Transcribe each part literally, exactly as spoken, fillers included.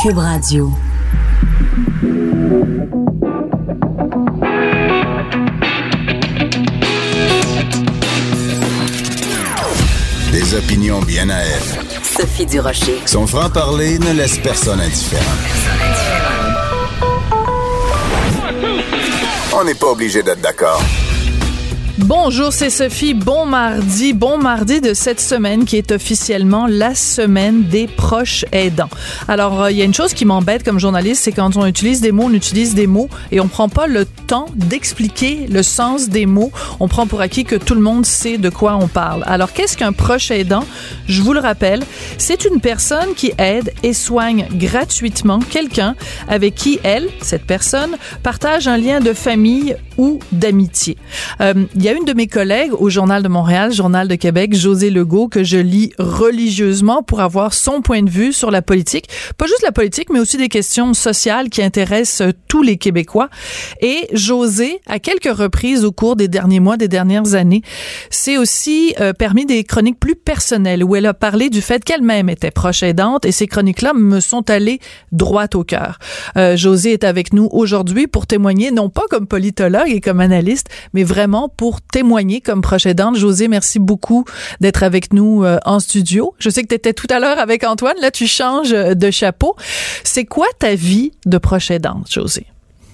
Cube Radio. Des opinions bien à elle. Sophie Durocher. Son franc-parler ne laisse personne indifférent. On n'est pas obligé d'être d'accord. Bonjour, c'est Sophie. Bon mardi. Bon mardi de cette semaine qui est officiellement la semaine des proches aidants. Alors, il euh, y a une chose qui m'embête comme journaliste, c'est quand on utilise des mots, on utilise des mots et on prend pas le temps d'expliquer le sens des mots. On prend pour acquis que tout le monde sait de quoi on parle. Alors, qu'est-ce qu'un proche aidant? Je vous le rappelle, c'est une personne qui aide et soigne gratuitement quelqu'un avec qui elle, cette personne, partage un lien de famille ou d'amitié. Euh, il y a une de mes collègues au Journal de Montréal, Journal de Québec, Josée Legault, que je lis religieusement pour avoir son point de vue sur la politique. Pas juste la politique, mais aussi des questions sociales qui intéressent tous les Québécois. Et Josée, à quelques reprises au cours des derniers mois, des dernières années, s'est aussi euh, permis des chroniques plus personnelles où elle a parlé du fait qu'elle-même était proche aidante et ces chroniques-là me sont allées droit au cœur. Euh, Josée est avec nous aujourd'hui pour témoigner, non pas comme politologue et comme analyste, mais vraiment pour témoigner comme proche aidante. Josée, merci beaucoup d'être avec nous euh, en studio. Je sais que tu étais tout à l'heure avec Antoine. Là, tu changes de chapeau. C'est quoi ta vie de proche aidante, Josée?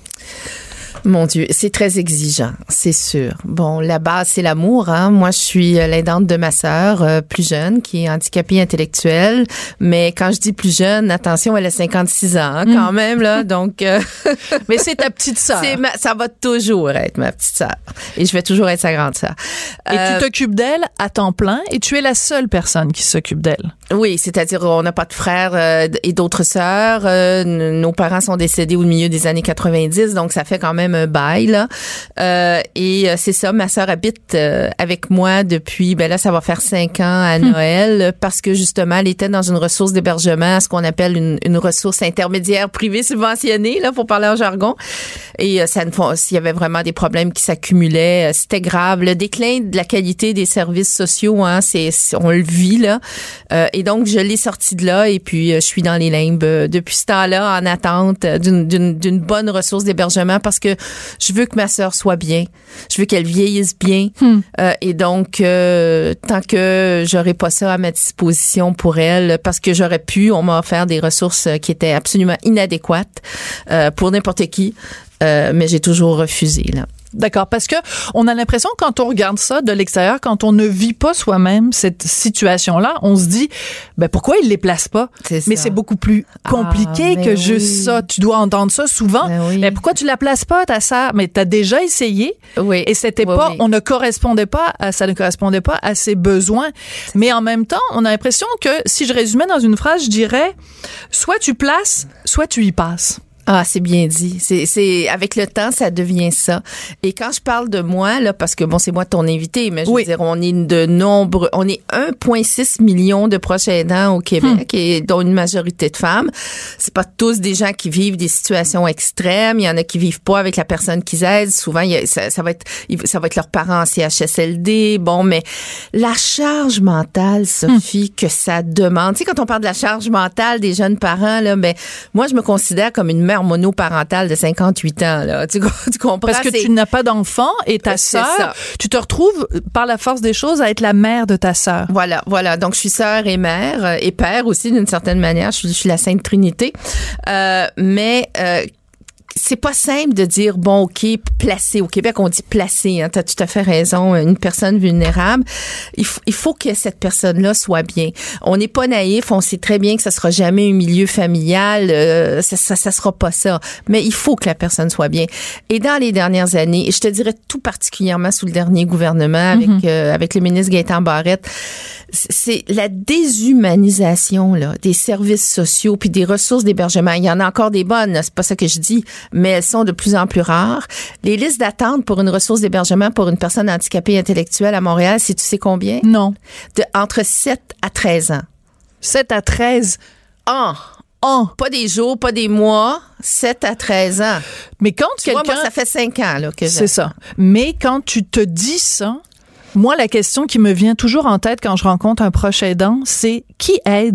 Mon Dieu, c'est très exigeant, c'est sûr. Bon, la base, c'est l'amour. Hein? Moi, je suis l'aidante de ma sœur, euh, plus jeune, qui est handicapée intellectuelle. Mais quand je dis plus jeune, attention, elle a cinquante-six ans hein, quand mmh. même. là. Donc, euh, mais c'est ta petite sœur. C'est ma, ça va toujours être ma petite sœur. Et je vais toujours être sa grande sœur. Et euh, tu t'occupes d'elle à temps plein et tu es la seule personne qui s'occupe d'elle. Oui, c'est-à-dire on n'a pas de frères euh, et d'autres sœurs. Euh, nos parents sont décédés au milieu des années quatre-vingt-dix, donc ça fait quand même un bail là. Euh, et euh, c'est ça, ma sœur habite euh, avec moi depuis, ben là ça va faire cinq ans à Noël hum. parce que justement elle était dans une ressource d'hébergement, ce qu'on appelle une, une ressource intermédiaire privée subventionnée là, pour parler en jargon. Et euh, ça, s'il y avait vraiment des problèmes qui s'accumulaient, euh, c'était grave. Le déclin de la qualité des services sociaux, hein, c'est, on le vit là. Euh, et donc je l'ai sortie de là et puis euh, je suis dans les limbes euh, depuis ce temps-là en attente d'une, d'une, d'une bonne ressource d'hébergement parce que je veux que ma sœur soit bien, je veux qu'elle vieillisse bien hmm. euh, et donc euh, tant que j'aurai pas ça à ma disposition pour elle, parce que j'aurais pu, on m'a offert des ressources qui étaient absolument inadéquates euh, pour n'importe qui, euh, mais j'ai toujours refusé là. D'accord, parce que on a l'impression quand on regarde ça de l'extérieur, quand on ne vit pas soi-même cette situation-là, on se dit ben pourquoi ils les placent pas? C'est mais c'est beaucoup plus compliqué ah, que juste oui. ça. Tu dois entendre ça souvent. Mais, oui. mais pourquoi tu la places pas ta sœur? Mais t'as déjà essayé. Oui. Et c'était oui, pas, oui. on ne correspondait pas à, ça ne correspondait pas à ses besoins. Mais en même temps, on a l'impression que si je résumais dans une phrase, je dirais soit tu places, soit tu y passes. Ah, c'est bien dit. C'est, c'est, avec le temps, ça devient ça. Et quand je parle de moi, là, parce que bon, c'est moi ton invité, mais je oui. veux dire, on est de nombreux, on est un virgule six million de proches aidants au Québec, hum. et dont une majorité de femmes. C'est pas tous des gens qui vivent des situations extrêmes. Il y en a qui vivent pas avec la personne qu'ils aident. Souvent, il y a, ça, ça va être, ça va être leurs parents en C H S L D. Bon, mais la charge mentale, Sophie, hum. que ça demande. Tu sais, quand on parle de la charge mentale des jeunes parents, là, ben, moi, je me considère comme une mère monoparentale de cinquante-huit ans, là. Tu, tu comprends? Parce que c'est... tu n'as pas d'enfant et ta sœur, tu te retrouves par la force des choses à être la mère de ta sœur. Voilà, voilà. Donc, je suis sœur et mère et père aussi, d'une certaine manière. Je suis, je suis la Sainte Trinité. Euh, mais, euh, c'est pas simple de dire, bon, OK, placé. Au Québec, on dit placé. Hein, tu as tout à fait raison. Une personne vulnérable. Il, f- il faut que cette personne-là soit bien. On n'est pas naïf. On sait très bien que ça sera jamais un milieu familial. Euh, ça, ça, ça sera pas ça. Mais il faut que la personne soit bien. Et dans les dernières années, et je te dirais tout particulièrement sous le dernier gouvernement avec, mm-hmm. euh, avec le ministre Gaétan Barrette, c'est la déshumanisation là, des services sociaux puis des ressources d'hébergement. Il y en a encore des bonnes, c'est pas ça que je dis, mais elles sont de plus en plus rares. Les listes d'attente pour une ressource d'hébergement pour une personne handicapée intellectuelle à Montréal, c'est tu sais combien? Non. De, entre sept à treize ans. sept à treize ans. Ans. Pas des jours, pas des mois, sept à treize ans. Mais quand tu quelqu'un... vois, moi, ça fait cinq ans là, que j'ai. C'est ça. Mais quand tu te dis ça, moi, la question qui me vient toujours en tête quand je rencontre un proche aidant, c'est qui aide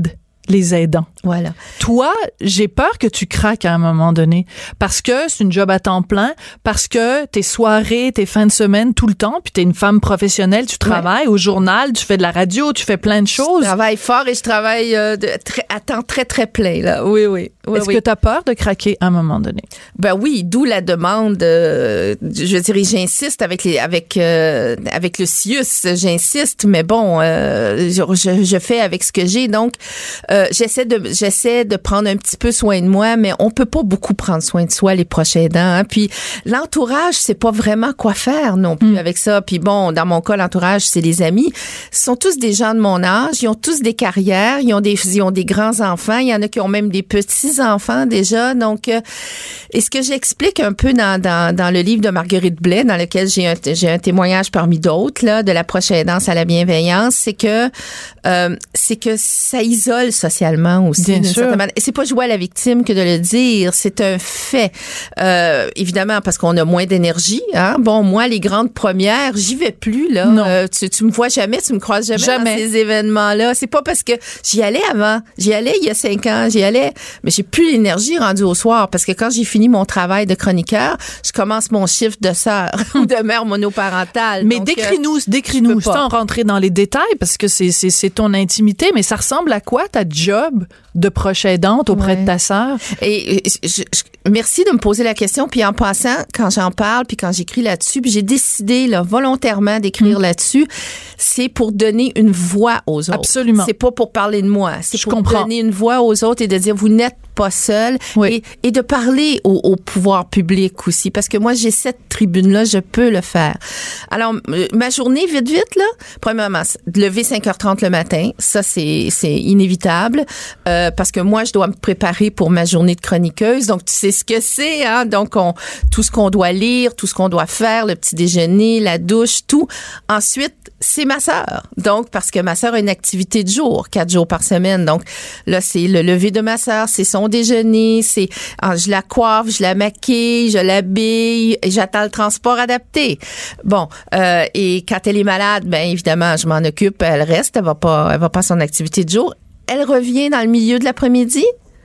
les aidants. Voilà. Toi, j'ai peur que tu craques à un moment donné parce que c'est une job à temps plein, parce que tes soirées, tes fins de semaine, tout le temps, puis t'es une femme professionnelle, tu travailles ouais. au journal, tu fais de la radio, tu fais plein de choses. Je travaille fort et je travaille euh, de, très, à temps très, très plein, là. Oui, oui. oui Est-ce oui. que t'as peur de craquer à un moment donné? Ben oui, d'où la demande, euh, je dirais, j'insiste avec les, avec, euh, avec le C I U S, j'insiste, mais bon, euh, je, je, je fais avec ce que j'ai, donc, euh, j'essaie de, j'essaie de prendre un petit peu soin de moi, mais on peut pas beaucoup prendre soin de soi les proches aidants. Hein. Puis l'entourage, c'est pas vraiment quoi faire non plus mmh. avec ça. Puis bon, dans mon cas, l'entourage, c'est les amis. Ce sont tous des gens de mon âge. Ils ont tous des carrières. Ils ont des, ils ont des grands enfants. Il y en a qui ont même des petits enfants déjà. Donc, euh, et ce que j'explique un peu dans, dans, dans le livre de Marguerite Blais, dans lequel j'ai un, j'ai un témoignage parmi d'autres là, de la proche aidance à la bienveillance, c'est que euh, c'est que ça isole socialement aussi. Bien sûr. Et c'est pas jouer à la victime que de le dire, c'est un fait. Euh, évidemment, parce qu'on a moins d'énergie. Hein? Bon, moi, les grandes premières, j'y vais plus. Là. Non. Euh, tu, tu me vois jamais, tu me croises jamais, jamais dans ces événements-là. C'est pas parce que j'y allais avant. J'y allais il y a cinq ans, j'y allais, mais j'ai plus l'énergie rendue au soir parce que quand j'ai fini mon travail de chroniqueur, je commence mon chiffre de sœur ou de mère monoparentale. Mais Donc, décris-nous, euh, décris-nous, sans rentrer dans les détails parce que c'est, c'est, c'est ton intimité, mais ça ressemble à quoi ta job de proche aidante auprès ouais. de ta sœur? Et, et je, je, merci de me poser la question. Puis en passant, quand j'en parle, puis quand j'écris là-dessus, puis j'ai décidé là, volontairement d'écrire mmh. là-dessus, c'est pour donner une voix aux autres. Absolument. C'est pas pour parler de moi. C'est je pour comprends. donner une voix aux autres et de dire vous n'êtes pas seul oui. et, et de parler au, au pouvoir public aussi. Parce que moi, j'ai cette tribune-là, je peux le faire. Alors, ma journée, vite, vite, là, premièrement, lever cinq heures trente le matin, ça, c'est, c'est inévitable. Euh, parce que moi, je dois me préparer pour ma journée de chroniqueuse. Donc, tu sais ce que c'est, hein? Donc, on, tout ce qu'on doit lire, tout ce qu'on doit faire, le petit déjeuner, la douche, tout. Ensuite, c'est ma sœur. Donc, parce que ma sœur a une activité de jour, quatre jours par semaine. Donc, là, c'est le lever de ma sœur, c'est son déjeuner, c'est, ah, je la coiffe, je la maquille, je l'habille, et j'attends le transport adapté. Bon, euh, et quand elle est malade, ben évidemment, je m'en occupe, elle reste, elle va pas, elle va pas à son activité de jour. Elle revient dans le milieu de l'après-midi.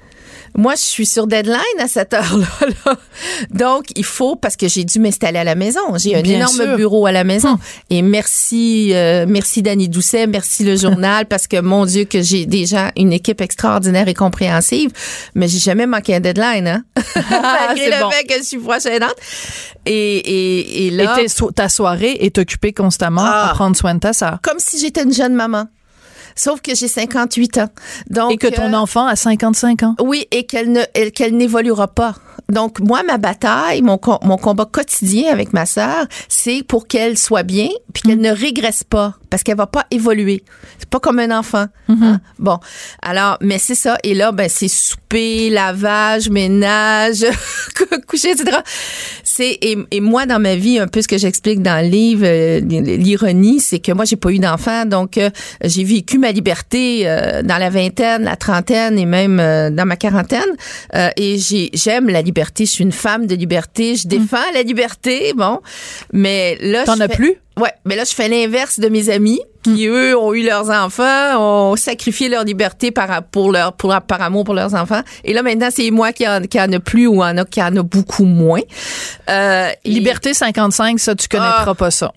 Moi, je suis sur deadline à cette heure-là. Là. Donc, il faut, parce que j'ai dû m'installer à la maison. J'ai un Bien énorme sûr. bureau à la maison. Hum. Et merci, euh, merci Dany Doucet, merci le journal, parce que, mon Dieu, que j'ai déjà une équipe extraordinaire et compréhensive, mais j'ai jamais manqué un deadline, hein? Ah, malgré le bon. fait que je suis proche aidante. Et, et, et là... Et so- ta soirée est occupée constamment ah, à prendre soin de ta sœur. Comme si j'étais une jeune maman. Sauf que j'ai cinquante-huit ans. Donc, et que ton euh, enfant a cinquante-cinq ans. Oui, et qu'elle ne, elle, qu'elle n'évoluera pas. Donc, moi, ma bataille, mon, mon combat quotidien avec ma sœur, c'est pour qu'elle soit bien, puis qu'elle mmh. ne régresse pas, parce qu'elle va pas évoluer. C'est pas comme un enfant. Mmh. Hein? Bon. Alors, mais c'est ça. Et là, ben, c'est souper, lavage, ménage, coucher, et cetera. C'est, et, et moi, dans ma vie, un peu ce que j'explique dans le livre, euh, l'ironie, c'est que moi, j'ai pas eu d'enfant, donc euh, j'ai vécu ma liberté euh, dans la vingtaine, la trentaine et même euh, dans ma quarantaine. Euh, et j'ai, j'aime la liberté. Je suis une femme de liberté. Je défends mmh. la liberté. Bon. Mais là, T'en je as fais, plus? Ouais. Mais là, je fais l'inverse de mes amis qui, mmh. eux, ont eu leurs enfants, ont sacrifié leur liberté par, pour leur, pour, par amour pour leurs enfants. Et là, maintenant, c'est moi qui en, qui en a plus ou en a, qui en a beaucoup moins. Euh, liberté cinquante-cinq, ça, tu connaîtras ah, pas ça.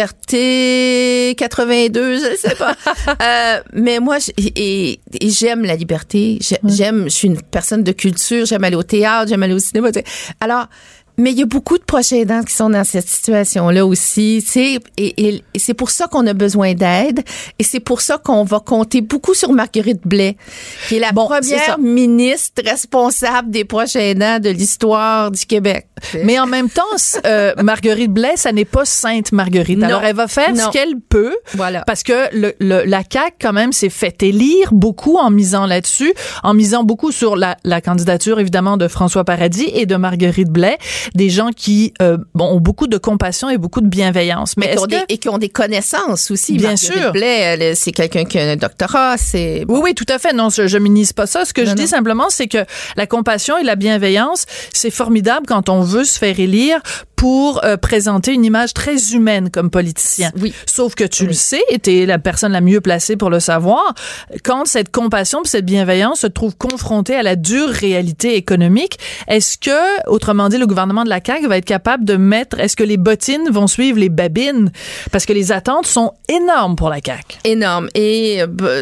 Liberté quatre-vingt-deux, je sais pas. euh, mais moi, et, et j'aime la liberté. J'aime, mmh. je suis une personne de culture. J'aime aller au théâtre, j'aime aller au cinéma. Alors, mais il y a beaucoup de proches aidants qui sont dans cette situation-là aussi, tu sais, et, et, et c'est pour ça qu'on a besoin d'aide, et c'est pour ça qu'on va compter beaucoup sur Marguerite Blais, qui est la bon, première ministre responsable des proches aidants de l'histoire du Québec. Mais en même temps, euh, Marguerite Blais, ça n'est pas Sainte Marguerite. Non, alors, elle va faire non. ce qu'elle peut, voilà. parce que le, le, la C A Q, quand même, s'est fait élire beaucoup en misant là-dessus, en misant beaucoup sur la, la candidature, évidemment, de François Paradis et de Marguerite Blais, des gens qui euh, bon, ont beaucoup de compassion et beaucoup de bienveillance. Mais, Mais est-ce qui que... des, et qui ont des connaissances aussi. Bien Marguerite sûr. Blais, elle, c'est quelqu'un qui a un doctorat. C'est... Oui, oui, tout à fait. Non, je, je minimise pas ça. Ce que non, je non. dis simplement, c'est que la compassion et la bienveillance, c'est formidable quand on veut se faire élire pour euh, présenter une image très humaine comme politicien. Oui. Sauf que tu oui. le sais, et t'es la personne la mieux placée pour le savoir, quand cette compassion et cette bienveillance se trouve confrontée à la dure réalité économique, est-ce que, autrement dit, le gouvernement de la C A Q va être capable de mettre, est-ce que les bottines vont suivre les babines? Parce que les attentes sont énormes pour la C A Q. Énorme. Et,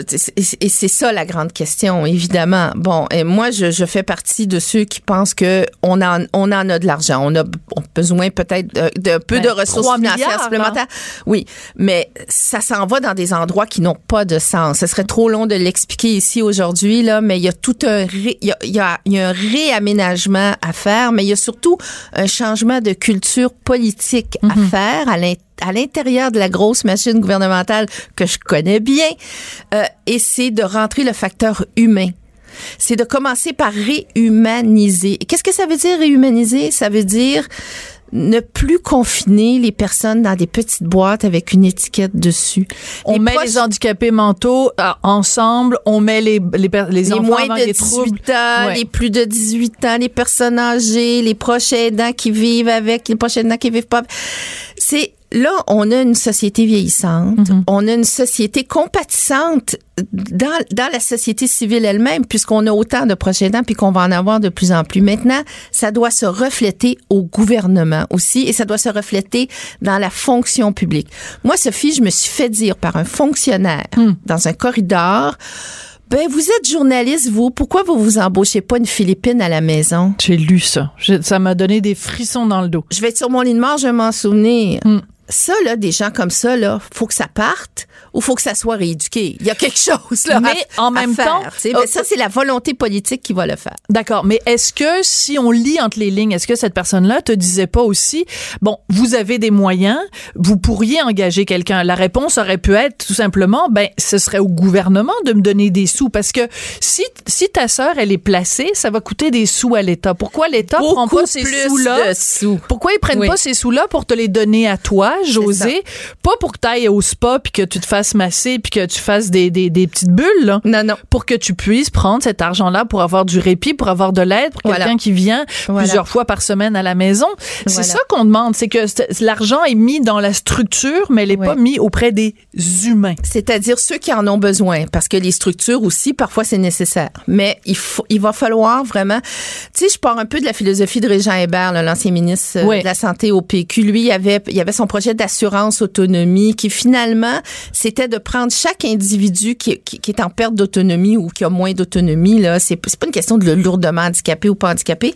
et c'est ça la grande question, évidemment. Bon, et moi, je, je fais partie de ceux qui pensent que on en, on en a de l'argent. On a, on a besoin peut-être de, de peu ben, de ressources financières supplémentaires. Hein? Oui, mais ça s'en va dans des endroits qui n'ont pas de sens. Ce serait trop long de l'expliquer ici aujourd'hui, là, mais il y a tout un, ré, il y a, il y a, il y a un réaménagement à faire, mais il y a surtout un changement de culture politique mm-hmm. à faire à l'intérieur à l'intérieur de la grosse machine gouvernementale que je connais bien, euh, et c'est de rentrer le facteur humain. C'est de commencer par réhumaniser. Qu'est-ce que ça veut dire réhumaniser? Ça veut dire ne plus confiner les personnes dans des petites boîtes avec une étiquette dessus. On les met proches, les handicapés mentaux euh, ensemble, on met les les, les, les enfants moins avant de les troubles. dix-huit ans, ouais. les plus de dix-huit ans, les personnes âgées, les proches aidants qui vivent avec, les proches aidants qui vivent pas. C'est là, on a une société vieillissante, mm-hmm. on a une société compatissante dans, dans la société civile elle-même, puisqu'on a autant de proches aidants puis qu'on va en avoir de plus en plus. Maintenant, ça doit se refléter au gouvernement aussi et ça doit se refléter dans la fonction publique. Moi, Sophie, je me suis fait dire par un fonctionnaire mm. dans un corridor, ben, vous êtes journaliste, vous. Pourquoi vous vous embauchez pas une Philippine à la maison? J'ai lu ça. J'ai, ça m'a donné des frissons dans le dos. Je vais être sur mon lit de mort, je vais m'en souvenir. Mm. Ça, là, des gens comme ça, là, faut que ça parte ou faut que ça soit rééduqué. Il y a quelque chose, là, mais à, en même à temps, faire, mais euh, ça, c'est la volonté politique qui va le faire. D'accord. Mais est-ce que, si on lit entre les lignes, est-ce que cette personne-là te disait pas aussi, bon, vous avez des moyens, vous pourriez engager quelqu'un? La réponse aurait pu être, tout simplement, ben, ce serait au gouvernement de me donner des sous. Parce que si, si ta sœur, elle est placée, ça va coûter des sous à l'État. Pourquoi l'État Beaucoup prend pas ces sous-là? Sous. Pourquoi ils prennent oui. pas ces sous-là pour te les donner à toi, José? Pas pour que tu ailles au spa puis que tu te fasses masser puis que tu fasses des, des, des petites bulles, là. Non, non. Pour que tu puisses prendre cet argent-là pour avoir du répit, pour avoir de l'aide, pour voilà. quelqu'un qui vient voilà. plusieurs fois par semaine à la maison. C'est voilà. ça qu'on demande. C'est que l'argent est mis dans la structure, mais elle n'est oui. pas mis auprès des humains. C'est-à-dire ceux qui en ont besoin. Parce que les structures aussi, parfois, c'est nécessaire. Mais il faut, il va falloir vraiment, tu sais, je pars un peu de la philosophie de Régent Hébert, là, l'ancien ministre oui. de la Santé au P Q. Lui, il avait, il avait son projet d'assurance autonomie qui finalement c'était de prendre chaque individu qui, qui, qui est en perte d'autonomie ou qui a moins d'autonomie là, c'est, c'est pas une question de le lourdement handicapé ou pas handicapé.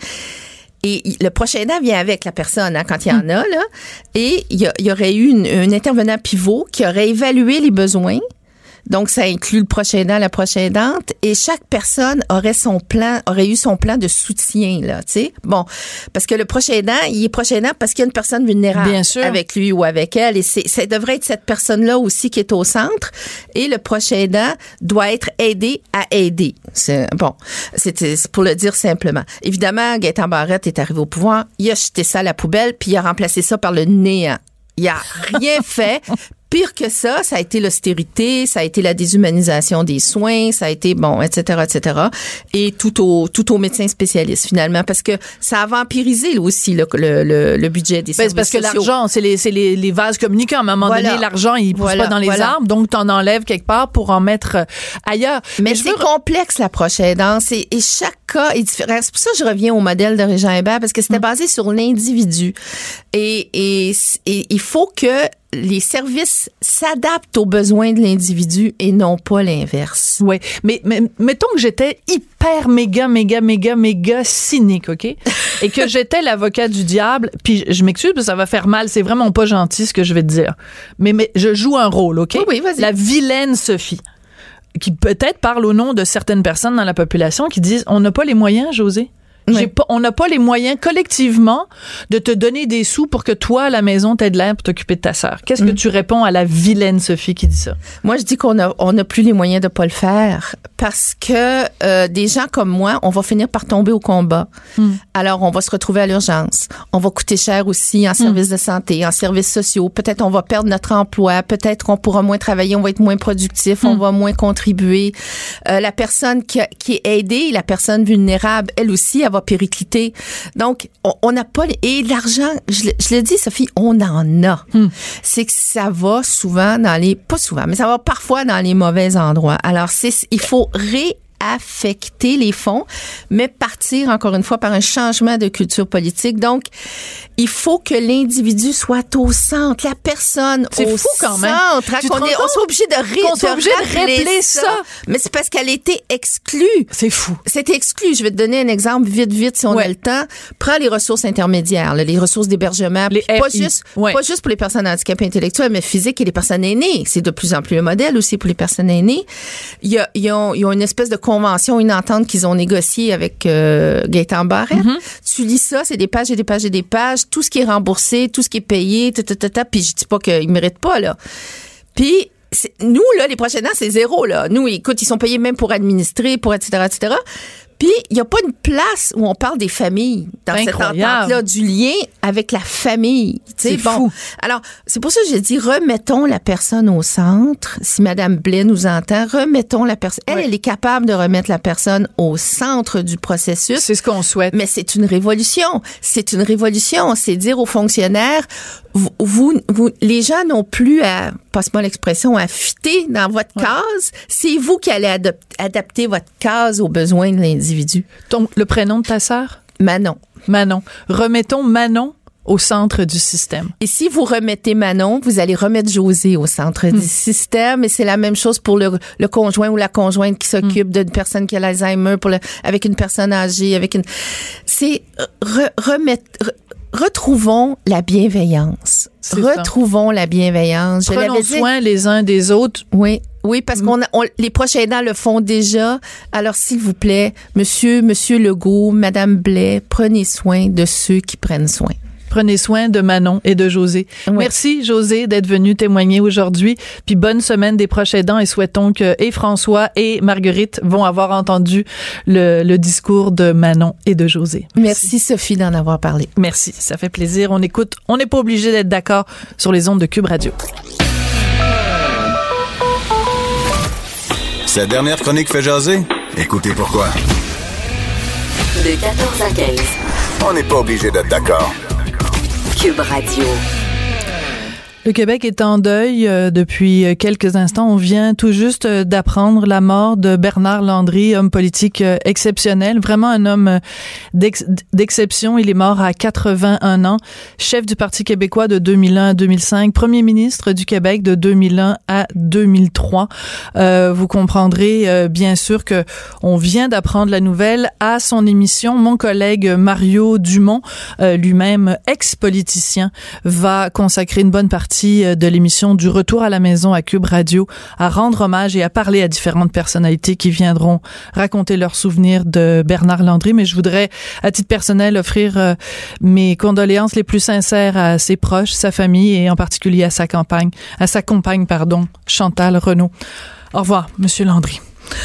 Et le prochain aidant vient avec la personne hein, quand il y en a là, et il y, a, il y aurait eu une, un intervenant pivot qui aurait évalué les besoins. Donc, ça inclut le prochain aidant, la prochaine aidante, et chaque personne aurait son plan, aurait eu son plan de soutien, là, tu sais. Bon, parce que le prochain aidant, il est prochain aidant parce qu'il y a une personne vulnérable Bien sûr. avec lui ou avec elle, et c'est, ça devrait être cette personne-là aussi qui est au centre, et le prochain aidant doit être aidé à aider. C'est, bon, c'est, c'est pour le dire simplement. Évidemment, Gaétan Barrette est arrivé au pouvoir, il a jeté ça à la poubelle, puis il a remplacé ça par le néant. Il a rien fait. Pire que ça, ça a été l'austérité, ça a été la déshumanisation des soins, ça a été, bon, et cetera, et cetera. Et tout au, tout aux médecins spécialistes, finalement, parce que ça a vampirisé, là, aussi, le, le, le, le budget des ben, services parce que sociaux. l'argent, c'est les, c'est les, les vases communicants. À un moment voilà. donné, l'argent, il pousse voilà. pas dans les voilà. arbres, donc t'en enlèves quelque part pour en mettre ailleurs. Mais, Mais je c'est veux... complexe, l'approche aidante, et, et chaque cas est différent. C'est pour ça que je reviens au modèle de Régent Hébert, parce que c'était mmh. basé sur l'individu. Et, et, et il faut que les services s'adaptent aux besoins de l'individu et non pas l'inverse. Oui, mais, mais mettons que j'étais hyper, méga, méga, méga, méga cynique, OK? Et que j'étais l'avocat du diable, puis je m'excuse, parce que ça va faire mal, c'est vraiment pas gentil ce que je vais te dire. Mais, mais je joue un rôle, OK? Oui, oui, vas-y. La vilaine Sophie, qui peut-être parle au nom de certaines personnes dans la population qui disent « On n'a pas les moyens, José. » Oui. J'ai pas, on n'a pas les moyens collectivement de te donner des sous pour que toi, à la maison, t'aies de l'air pour t'occuper de ta sœur. Qu'est-ce mm. que tu réponds à la vilaine Sophie qui dit ça? Moi, je dis qu'on a, on n'a plus les moyens de pas le faire parce que euh, des gens comme moi, on va finir par tomber au combat. Mm. Alors, on va se retrouver à l'urgence. On va coûter cher aussi en services mm. de santé, en services sociaux. Peut-être on va perdre notre emploi. Peut-être qu'on pourra moins travailler. On va être moins productif. Mm. On va moins contribuer. Euh, la personne qui, a, qui est aidée, la personne vulnérable, elle aussi, elle va va péricliter. Donc, on n'a pas... Et l'argent, je, je le dis, Sophie, on en a. Hmm. C'est que ça va souvent dans les... Pas souvent, mais ça va parfois dans les mauvais endroits. Alors, c'est, il faut ré affecter les fonds, mais partir encore une fois par un changement de culture politique. Donc, il faut que l'individu soit au centre, la personne c'est au fou quand même. centre. Tu on, est, on soit obligé de, ré, on soit obligé de rappeler ça. ça. Mais c'est parce qu'elle était exclue. C'est fou. C'était exclu. Je vais te donner un exemple vite, vite, si on ouais. a le temps. Prends les ressources intermédiaires, là, les ressources d'hébergement. Les pas juste, ouais. pas juste pour les personnes handicapées intellectuelles, mais physiques et les personnes aînées. C'est de plus en plus un modèle aussi pour les personnes aînées. Il y a, ils ont, ils ont une espèce de convention, une entente qu'ils ont négociée avec euh, Gaëtan Barrette. Mm-hmm. Tu lis ça, c'est des pages et des pages et des pages. Tout ce qui est remboursé, tout ce qui est payé, ta, ta, ta, ta, puis je dis pas qu'ils méritent pas, là. Puis, nous, là, les prochains ans, c'est zéro, là. Nous, écoute, ils sont payés même pour administrer, pour et cetera, et cetera. Puis, il n'y a pas une place où on parle des familles dans Incroyable. cette entente-là, du lien avec la famille. C'est bon. fou. Alors, c'est pour ça que j'ai dit, remettons la personne au centre. Si Mme Blais nous entend, remettons la personne. Elle, oui. elle est capable de remettre la personne au centre du processus. C'est ce qu'on souhaite. Mais c'est une révolution. C'est une révolution. C'est dire aux fonctionnaires, vous, vous, vous les gens n'ont plus à, passe-moi l'expression, à fitter dans votre oui. case. C'est vous qui allez adop- adapter votre case aux besoins de l'individu. Ton, le prénom de ta sœur? Manon. Manon. Remettons Manon au centre du système. Et si vous remettez Manon, vous allez remettre José au centre mmh. du système. Et c'est la même chose pour le, le conjoint ou la conjointe qui s'occupe mmh. d'une personne qui a l'Alzheimer, pour le, avec une personne âgée, avec une... C'est re, remettre... Re, retrouvons la bienveillance. C'est retrouvons ça. La bienveillance. Je Prenons soin les uns des autres. Oui. Oui, parce qu'on a, on, les proches aidants le font déjà. Alors, s'il vous plaît, monsieur, monsieur Legault, madame Blais, prenez soin de ceux qui prennent soin. Prenez soin de Manon et de José. Oui. Merci, José, d'être venu témoigner aujourd'hui. Puis bonne semaine des proches aidants et souhaitons que et François et Marguerite vont avoir entendu le, le discours de Manon et de José. Merci, Merci Sophie d'en avoir parlé. Merci, ça fait plaisir. On écoute, on n'est pas obligé d'être d'accord sur les ondes de Cube Radio. Sa dernière chronique fait jaser? Écoutez pourquoi. De quatorze à quinze. On n'est pas obligé d'être d'accord. Cube Radio. Le Québec est en deuil euh, depuis quelques instants. On vient tout juste euh, d'apprendre la mort de Bernard Landry, homme politique euh, exceptionnel, vraiment un homme euh, d'ex- d'exception. Il est mort à quatre-vingt-un ans, chef du Parti québécois de deux mille un à deux mille cinq, premier ministre du Québec de deux mille un à deux mille trois. Euh, vous comprendrez euh, bien sûr que on vient d'apprendre la nouvelle à son émission. Mon collègue Mario Dumont, euh, lui-même ex-politicien, va consacrer une bonne partie de l'émission du Retour à la maison à Cube Radio à rendre hommage et à parler à différentes personnalités qui viendront raconter leurs souvenirs de Bernard Landry. Mais je voudrais, à titre personnel, offrir euh, mes condoléances les plus sincères à ses proches, sa famille et en particulier à sa compagne, à sa compagne, pardon, Chantal Renaud. Au revoir, Monsieur Landry.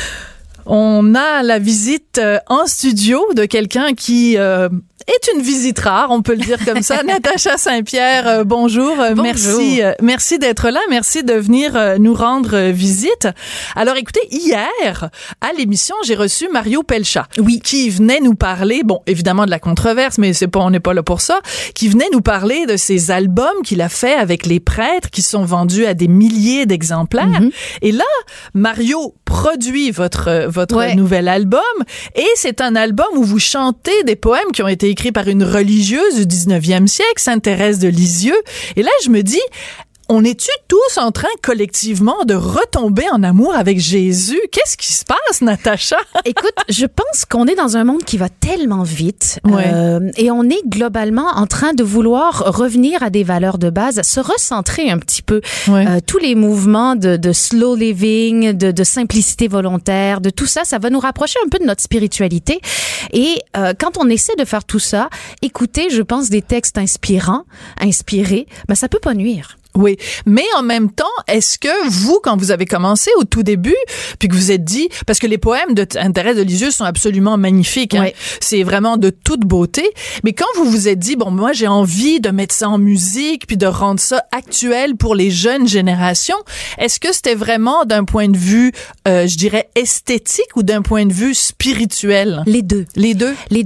On a la visite euh, en studio de quelqu'un qui euh, est une visite rare, on peut le dire comme ça. Natacha Saint-Pierre, euh, bonjour. bonjour. Merci, euh, merci d'être là. Merci de venir euh, nous rendre euh, visite. Alors, écoutez, hier, à l'émission, j'ai reçu Mario Pelchat. Oui. Qui venait nous parler, bon, évidemment de la controverse, mais c'est pas, on n'est pas là pour ça, qui venait nous parler de ses albums qu'il a fait avec les prêtres qui sont vendus à des milliers d'exemplaires. Mm-hmm. Et là, Mario produit votre, votre ouais. nouvel album et c'est un album où vous chantez des poèmes qui ont été écrit par une religieuse du dix-neuvième siècle, Sainte Thérèse de Lisieux. Et là, je me dis, on est-tu tous en train collectivement de retomber en amour avec Jésus? Qu'est-ce qui se passe, Natacha? Écoute, je pense qu'on est dans un monde qui va tellement vite ouais. euh, et on est globalement en train de vouloir revenir à des valeurs de base, se recentrer un petit peu. Ouais. Euh, tous les mouvements de, de slow living, de, de simplicité volontaire, de tout ça, ça va nous rapprocher un peu de notre spiritualité. Et euh, quand on essaie de faire tout ça, écouter, je pense, des textes inspirants, inspirés, ben ça peut pas nuire. Oui, mais en même temps, est-ce que vous, quand vous avez commencé au tout début, puis que vous êtes dit, parce que les poèmes de Thérèse de Lisieux sont absolument magnifiques, hein? Oui. C'est vraiment de toute beauté, mais quand vous vous êtes dit, bon, moi j'ai envie de mettre ça en musique, puis de rendre ça actuel pour les jeunes générations, est-ce que c'était vraiment d'un point de vue, euh, je dirais, esthétique ou d'un point de vue spirituel? Les deux. Les deux? Les deux.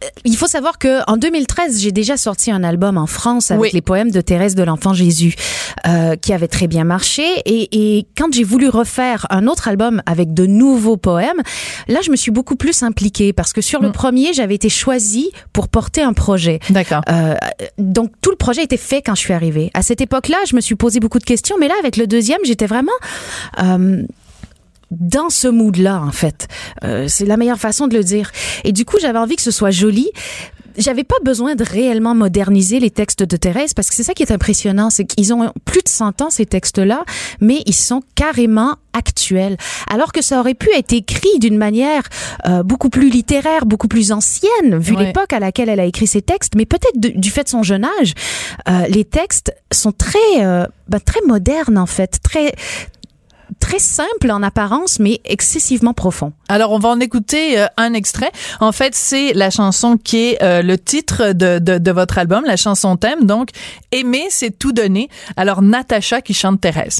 il faut savoir que en deux mille treize, j'ai déjà sorti un album en France avec oui. les poèmes de Thérèse de l'Enfant Jésus, euh, qui avait très bien marché. Et, et quand j'ai voulu refaire un autre album avec de nouveaux poèmes, là, je me suis beaucoup plus impliquée parce que sur le mmh. premier, j'avais été choisie pour porter un projet. D'accord. Euh, donc, tout le projet était fait quand je suis arrivée. À cette époque-là, je me suis posé beaucoup de questions, mais là, avec le deuxième, j'étais vraiment... Euh, dans ce mood-là, en fait. Euh, c'est la meilleure façon de le dire. Et du coup, j'avais envie que ce soit joli. J'avais pas besoin de réellement moderniser les textes de Thérèse parce que c'est ça qui est impressionnant, c'est qu'ils ont plus de cent ans, ces textes-là, mais ils sont carrément actuels. Alors que ça aurait pu être écrit d'une manière euh, beaucoup plus littéraire, beaucoup plus ancienne, vu ouais. l'époque à laquelle elle a écrit ces textes, mais peut-être de, du fait de son jeune âge, euh, les textes sont très, euh, ben, très modernes, en fait, très... très simple en apparence, mais excessivement profond. Alors, on va en écouter euh, un extrait. En fait, c'est la chanson qui est euh, le titre de, de, de votre album, la chanson thème. Donc, Aimer, c'est tout donner. Alors, Natacha qui chante Thérèse.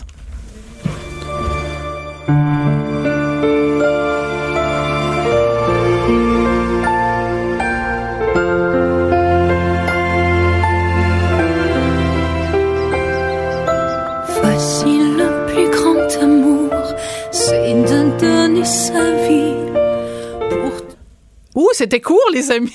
De donner sa vie pour... Ouh, c'était court, les amis.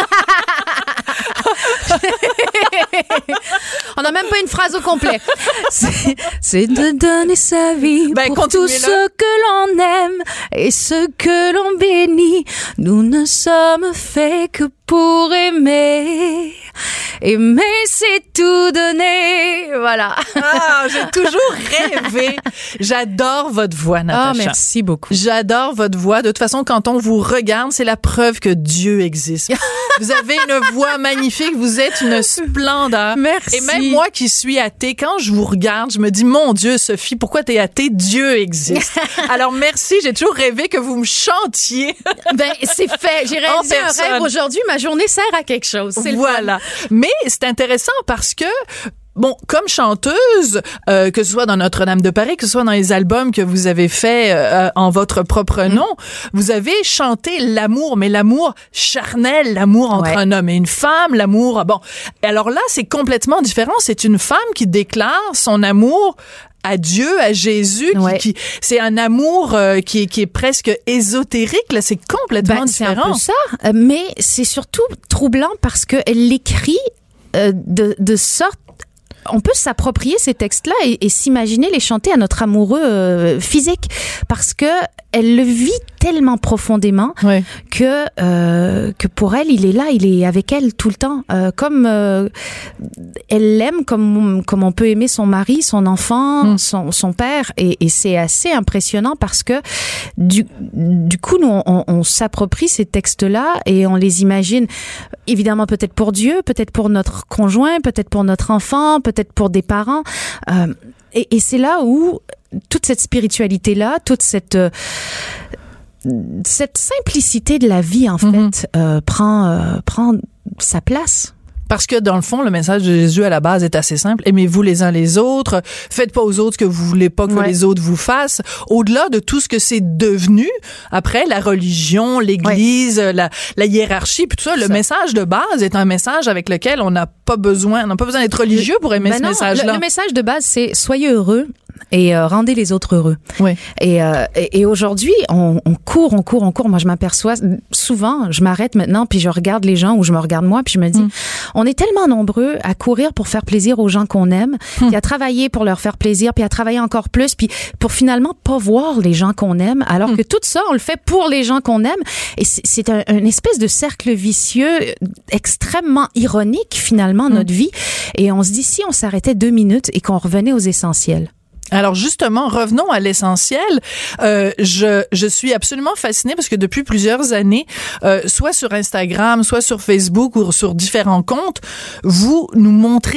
On n'a même pas une phrase au complet. C'est, c'est de donner sa vie ben, pour tout ce que l'on aime et ce que l'on bénit. Nous ne sommes faits que pour aimer. Aimer, c'est tout donner. Voilà. Ah, j'ai toujours rêvé. J'adore votre voix, Natacha. Ah, merci beaucoup. J'adore votre voix. De toute façon, quand on vous regarde, c'est la preuve que Dieu existe. Vous avez une voix magnifique. Vous êtes une splendeur. Merci. Et même moi qui suis athée, quand je vous regarde, je me dis, mon Dieu, Sophie, pourquoi t'es athée? Dieu existe. Alors, merci. J'ai toujours rêvé que vous me chantiez. Ben, c'est fait. J'ai réalisé un rêve aujourd'hui. Ma journée sert à quelque chose. C'est voilà. Mais c'est intéressant parce que bon, comme chanteuse, euh, que ce soit dans Notre-Dame de Paris, que ce soit dans les albums que vous avez faits euh, en votre propre nom, mmh. vous avez chanté l'amour, mais l'amour charnel, l'amour entre ouais. un homme et une femme, l'amour... Bon, alors là, c'est complètement différent. C'est une femme qui déclare son amour à Dieu, à Jésus, ouais. qui, qui c'est un amour euh, qui est qui est presque ésotérique là, c'est complètement ben, différent. C'est un peu ça, mais c'est surtout troublant parce que elle l'écrit euh, de de sorte on peut s'approprier ces textes-là et, et s'imaginer les chanter à notre amoureux euh, physique parce que elle le vit tellement profondément ouais. que euh, que pour elle il est là, il est avec elle tout le temps, euh, comme euh, elle l'aime comme comme on peut aimer son mari, son enfant, mm. son son père et, et c'est assez impressionnant parce que du du coup nous on, on s'approprie ces textes-là et on les imagine évidemment peut-être pour Dieu, peut-être pour notre conjoint, peut-être pour notre enfant, peut-être pour des parents euh, et, et c'est là où toute cette spiritualité-là, toute cette euh, cette simplicité de la vie en mm-hmm. fait euh, prend euh, prend sa place. Parce que dans le fond, le message de Jésus à la base est assez simple. Aimez-vous les uns les autres. Faites pas aux autres ce que vous voulez pas que ouais. les autres vous fassent. Au-delà de tout ce que c'est devenu, après la religion, l'Église, ouais. la, la hiérarchie, puis tout ça, le ça. message de base est un message avec lequel on n'a pas besoin, on n'a pas besoin d'être religieux pour aimer ben ce non, message-là. Le, le message de base, c'est soyez heureux. Et euh, rendez les autres heureux. Oui. Et, euh, et, et aujourd'hui, on, on court, on court, on court. Moi, je m'aperçois souvent, je m'arrête maintenant, puis je regarde les gens ou je me regarde moi, puis je me dis, mm. on est tellement nombreux à courir pour faire plaisir aux gens qu'on aime, mm. puis à travailler pour leur faire plaisir, puis à travailler encore plus, puis pour finalement pas voir les gens qu'on aime, alors mm. que tout ça, on le fait pour les gens qu'on aime. Et c'est, c'est un, une espèce de cercle vicieux extrêmement ironique, finalement, mm. notre vie. Et on se dit, si on s'arrêtait deux minutes et qu'on revenait aux essentiels. Alors justement, revenons à l'essentiel. Euh, je je suis absolument fascinée parce que depuis plusieurs années, euh, soit sur Instagram, soit sur Facebook ou sur différents comptes, vous nous montrez des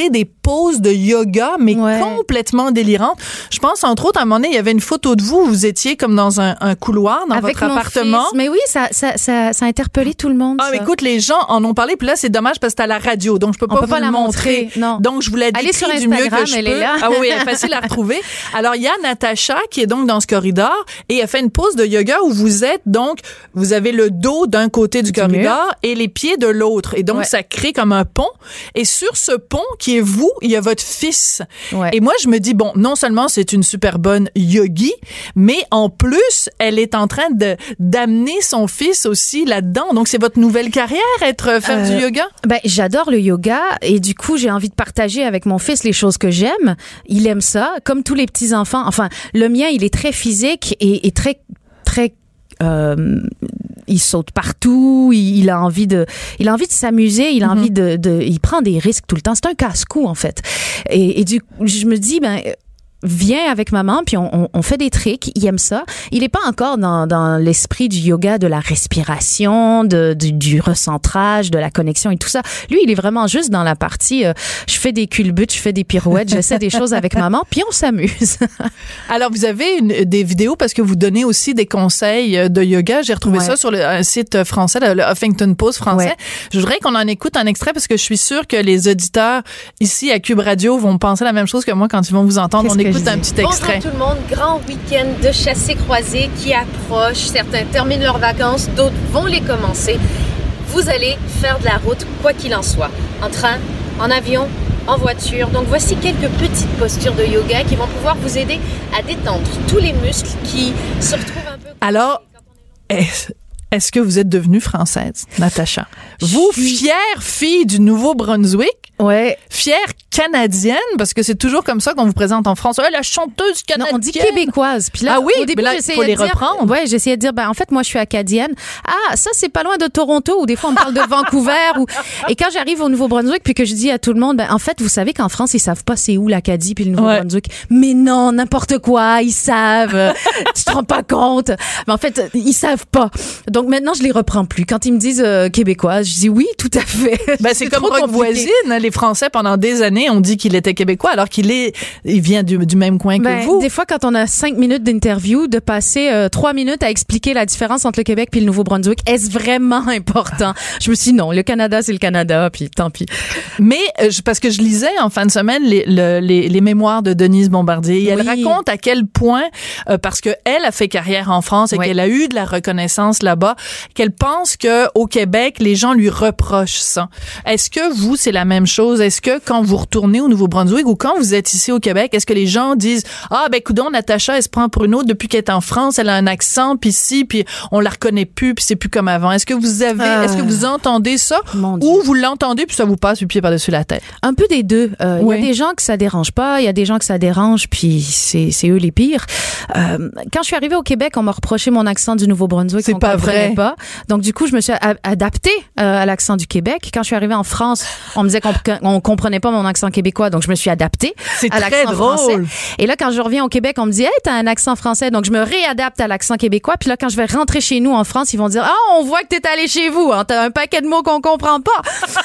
poses de yoga, mais Ouais. complètement délirantes. Je pense, entre autres, à un moment donné, il y avait une photo de vous, vous étiez comme dans un, un couloir dans Avec votre mon appartement. fils. Mais oui, ça, ça, ça, ça a interpellé tout le monde. Ah, ça. mais écoute, les gens en ont parlé, puis là, c'est dommage parce que c'est à la radio, donc je peux On pas peut vous pas le la montrer. montrer, non. Donc, je vous la Allez décris sur du mieux Instagram, que je elle peux. est là. Ah oui, elle est facile à retrouver. Alors, il y a Natacha qui est donc dans ce corridor et elle fait une pose de yoga où vous êtes donc, vous avez le dos d'un côté du, Du corridor mur. et les pieds de l'autre. Et donc, Ouais. ça crée comme un pont. Et sur ce pont qui est vous, il y a votre fils. Ouais. Et moi, je me dis, bon, non seulement c'est une super bonne yogi, mais en plus, elle est en train de d'amener son fils aussi là-dedans. Donc, c'est votre nouvelle carrière, être faire Euh, du yoga? Ben, j'adore le yoga et du coup, j'ai envie de partager avec mon fils les choses que j'aime. Il aime ça, comme tous les petits enfants. Enfin, le mien, il est très physique et, et très, très. Euh, il saute partout. Il, il a envie de, il a envie de s'amuser. Il a Mm-hmm. envie de, de, il prend des risques tout le temps. C'est un casse-cou en fait. Et, et du, je me dis ben. Viens avec maman, puis on, on, on fait des tricks. Il aime ça. Il est pas encore dans, dans l'esprit du yoga, de la respiration, de, du, du recentrage, de la connexion et tout ça. Lui, il est vraiment juste dans la partie. Euh, je fais des culbutes, je fais des pirouettes, j'essaie des choses avec maman, puis on s'amuse. Alors, vous avez une, des vidéos parce que vous donnez aussi des conseils de yoga. J'ai retrouvé Ouais. ça sur le un site français, le, le Huffington Post français. Ouais. Je voudrais qu'on en écoute un extrait parce que je suis sûre que les auditeurs ici à Cube Radio vont penser la même chose que moi quand ils vont vous entendre. Qu'est-ce On que écoute je un dis? petit extrait. Bonjour tout le monde, grand week-end de chassé-croisé qui approche. Certains terminent leurs vacances, d'autres vont les commencer. Vous allez faire de la route, quoi qu'il en soit. En train, en avion, en voiture. Donc voici quelques petites postures de yoga qui vont pouvoir vous aider à détendre tous les muscles qui se retrouvent un peu... Alors, est-ce est-ce que vous êtes devenue française, Natacha? Vous, Je suis- fière fille du Nouveau-Brunswick, Ouais. fière canadienne, parce que c'est toujours comme ça qu'on vous présente en France. Ouais, la chanteuse Non, canadienne. on dit québécoise. Puis là, Ah oui, au début, mais là, j'essayais faut de les dire, reprendre. Ouais, j'essayais de dire, ben, en fait, moi, je suis acadienne. Ah, ça, c'est pas loin de Toronto, ou des fois, on me parle de Vancouver. Ou... Et quand j'arrive au Nouveau-Brunswick, puis que je dis à tout le monde, ben, en fait, vous savez qu'en France, ils savent pas c'est où l'Acadie puis le Nouveau-Brunswick. Mais non, n'importe quoi, ils savent. Euh, tu te rends pas compte. Mais en fait, ils savent pas. Donc maintenant, je les reprends plus. Quand ils me disent euh, québécoise, je dis oui, tout à fait. Ben, c'est comme trop Rock compliqué. Voisine. Les Français, pendant des années, ont dit qu'il était québécois, alors qu'il est, il vient du, du même coin Ben, que vous. des fois, quand on a cinq minutes d'interview, de passer euh, trois minutes à expliquer la différence entre le Québec puis le Nouveau-Brunswick, est-ce vraiment important? Je me suis dit non, le Canada, c'est le Canada, puis tant pis. Mais, euh, je- parce que je lisais en fin de semaine les, le- les, les mémoires de Denise Bombardier, et elle Oui. raconte à quel point, euh, parce que elle a fait carrière en France et Oui. qu'elle a eu de la reconnaissance là-bas, qu'elle pense que au Québec, les gens lui reprochent ça. Est-ce que vous, c'est la même chose? Est-ce que quand vous retournez au Nouveau-Brunswick ou quand vous êtes ici au Québec, est-ce que les gens disent, ah, ben, coudonc, Natacha, elle se prend pour une autre depuis qu'elle est en France, elle a un accent, puis si, puis on la reconnaît plus, puis c'est plus comme avant. Est-ce que vous avez, Ah. est-ce que vous entendez ça? Mon Dieu. Ou vous l'entendez puis ça vous passe du pied par-dessus la tête? Un peu des deux. Euh, Il Oui. y a des gens que ça dérange pas, il y a des gens que ça dérange, puis c'est c'est eux les pires. Euh, quand je suis arrivée au Québec, on m'a reproché mon accent du Nouveau-Brunswick. C'est qu'on pas comprenait vrai. pas. Donc du coup, je me suis a- adaptée euh, à l'accent du Québec. Quand je suis arrivée en France, on me disait qu'on on comprenait pas mon accent québécois, donc je me suis adaptée C'est à très l'accent drôle. français. Et là, quand je reviens au Québec, on me dit, hey, t'as un accent français, donc je me réadapte à l'accent québécois. Puis là, quand je vais rentrer chez nous en France, ils vont dire, ah, on voit que t'es allé chez vous, hein, t'as un paquet de mots qu'on comprend pas.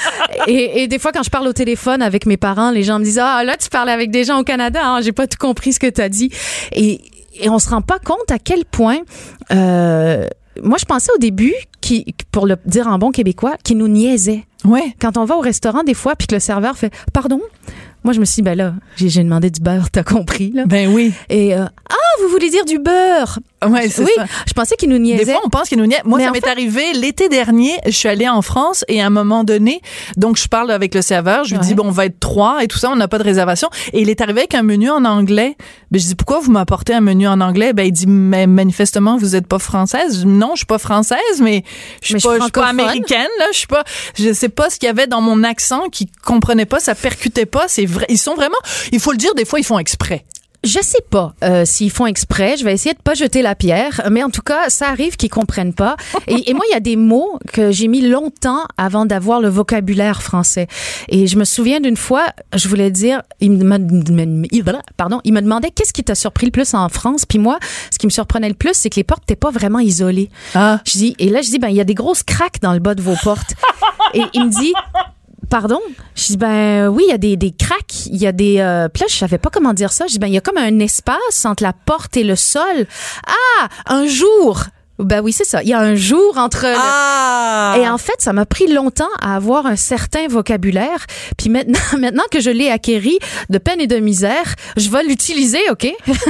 et, et des fois, quand je parle au téléphone avec mes parents, les gens me disent, ah, là, tu parles avec des gens au Canada, hein, j'ai pas tout compris ce que t'as dit. Et, et on se rend pas compte à quel point, euh, moi, je pensais au début, qui, pour le dire en bon québécois, qu'ils nous niaisaient. Ouais. Quand on va au restaurant, des fois, puis que le serveur fait « Pardon? » Moi, je me suis dit, ben là, j'ai j'ai demandé du beurre, t'as compris, là. Ben oui. Et, euh, ah, vous voulez dire du beurre? Ouais, c'est Oui, ça. je pensais qu'ils nous niaisaient. Des fois, on pense qu'il nous niaise. Moi, Mais ça en m'est fait- arrivé l'été dernier. Je suis allée en France et à un moment donné, donc je parle avec le serveur. Je lui Ouais. dis, bon, on va être trois et tout ça. On n'a pas de réservation. Et il est arrivé avec un menu en anglais. Ben, je dis, pourquoi vous m'apportez un menu en anglais? Ben, il dit, mais manifestement, vous êtes pas française. Je dis, non, je suis pas française, mais je suis Mais je pas, suis je suis pas francophone. américaine, là. Je suis pas, je sais pas ce qu'il y avait dans mon accent qui comprenait pas, ça percutait pas. C'est vrai. Ils sont vraiment, il faut le dire, des fois, ils font exprès. Je sais pas euh, s'ils font exprès. Je vais essayer de pas jeter la pierre. Mais en tout cas, ça arrive qu'ils comprennent pas. Et, et moi, il y a des mots que j'ai mis longtemps avant d'avoir le vocabulaire français. Et je me souviens d'une fois, je voulais dire, il me, il- pardon, il me demandait qu'est-ce qui t'a surpris le plus en France. Puis moi, ce qui me surprenait le plus, c'est que les portes n'étaient pas vraiment isolées. Ah. Je dis, et là, je dis, ben, il y a des grosses craques dans le bas de vos portes. Et il me dit, Pardon? Je dis, ben oui, il y a des, des cracks, il y a des... Euh, puis là, je savais pas comment dire ça. Je dis, ben il y a comme un espace entre la porte et le sol. Ah! Un jour... Ben oui, c'est ça. Il y a un jour entre... Ah! Le... Et en fait, ça m'a pris longtemps à avoir un certain vocabulaire. Puis maintenant, maintenant que je l'ai acquéri de peine et de misère, je vais l'utiliser, OK?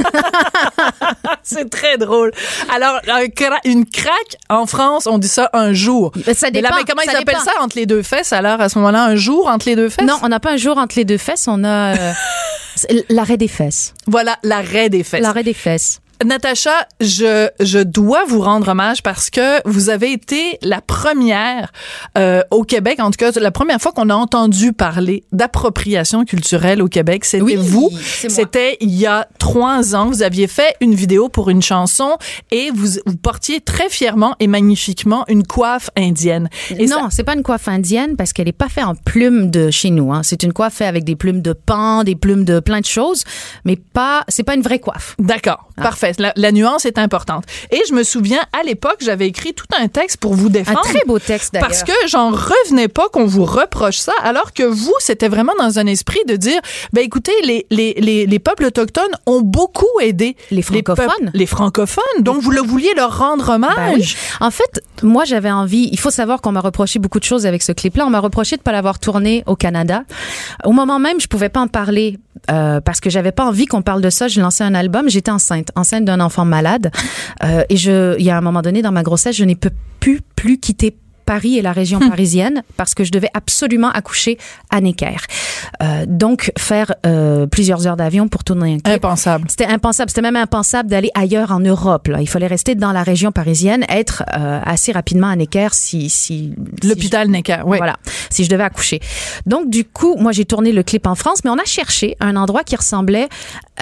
C'est très drôle. Alors, un cra- une craque, en France, on dit ça un jour. Ça dépend. Mais, là, mais comment ça ils appellent dépend. ça entre les deux fesses, alors, à ce moment-là? Un jour entre les deux fesses? Non, on n'a pas un jour entre les deux fesses, on a euh, l'arrêt des fesses. Voilà, l'arrêt des fesses. L'arrêt des fesses. Natacha, je je dois vous rendre hommage parce que vous avez été la première euh, au Québec, en tout cas la première fois qu'on a entendu parler d'appropriation culturelle au Québec, c'était Oui, vous. c'est moi. C'était il y a trois ans. Vous aviez fait une vidéo pour une chanson et vous vous portiez très fièrement et magnifiquement une coiffe indienne. Et non, ça- c'est pas une coiffe indienne parce qu'elle est pas faite en plumes de chez nous. Hein. C'est une coiffe faite avec des plumes de pan, des plumes de plein de choses, mais pas. C'est pas une vraie coiffe. D'accord, Ah. parfait. La, la nuance est importante. Et je me souviens, à l'époque, j'avais écrit tout un texte pour vous Un défendre. très beau texte d'ailleurs. Parce que j'en revenais pas qu'on vous reproche ça, alors que vous, c'était vraiment dans un esprit de dire, ben écoutez, les les les, les peuples autochtones ont beaucoup aidé Les francophones. peuples- les francophones, donc vous le vouliez leur rendre hommage. Ben oui. En fait, moi, j'avais envie. Il faut savoir qu'on m'a reproché beaucoup de choses avec ce clip-là. On m'a reproché de pas l'avoir tourné au Canada. Au moment même, je pouvais pas en parler euh, parce que j'avais pas envie qu'on parle de ça. Je lançais un album. J'étais enceinte, enceinte d'un enfant malade. Euh, et je, il y a un moment donné dans ma grossesse, je n'ai pu plus, plus quitter Paris et la région parisienne parce que je devais absolument accoucher à Necker. Euh, donc, faire euh, plusieurs heures d'avion pour tourner un clip. Impensable. C'était impensable. C'était même impensable d'aller ailleurs en Europe. Là. Il fallait rester dans la région parisienne, être euh, assez rapidement à Necker si... si L'hôpital si Necker, oui. Voilà, si je devais accoucher. Donc, du coup, moi, j'ai tourné le clip en France, mais on a cherché un endroit qui ressemblait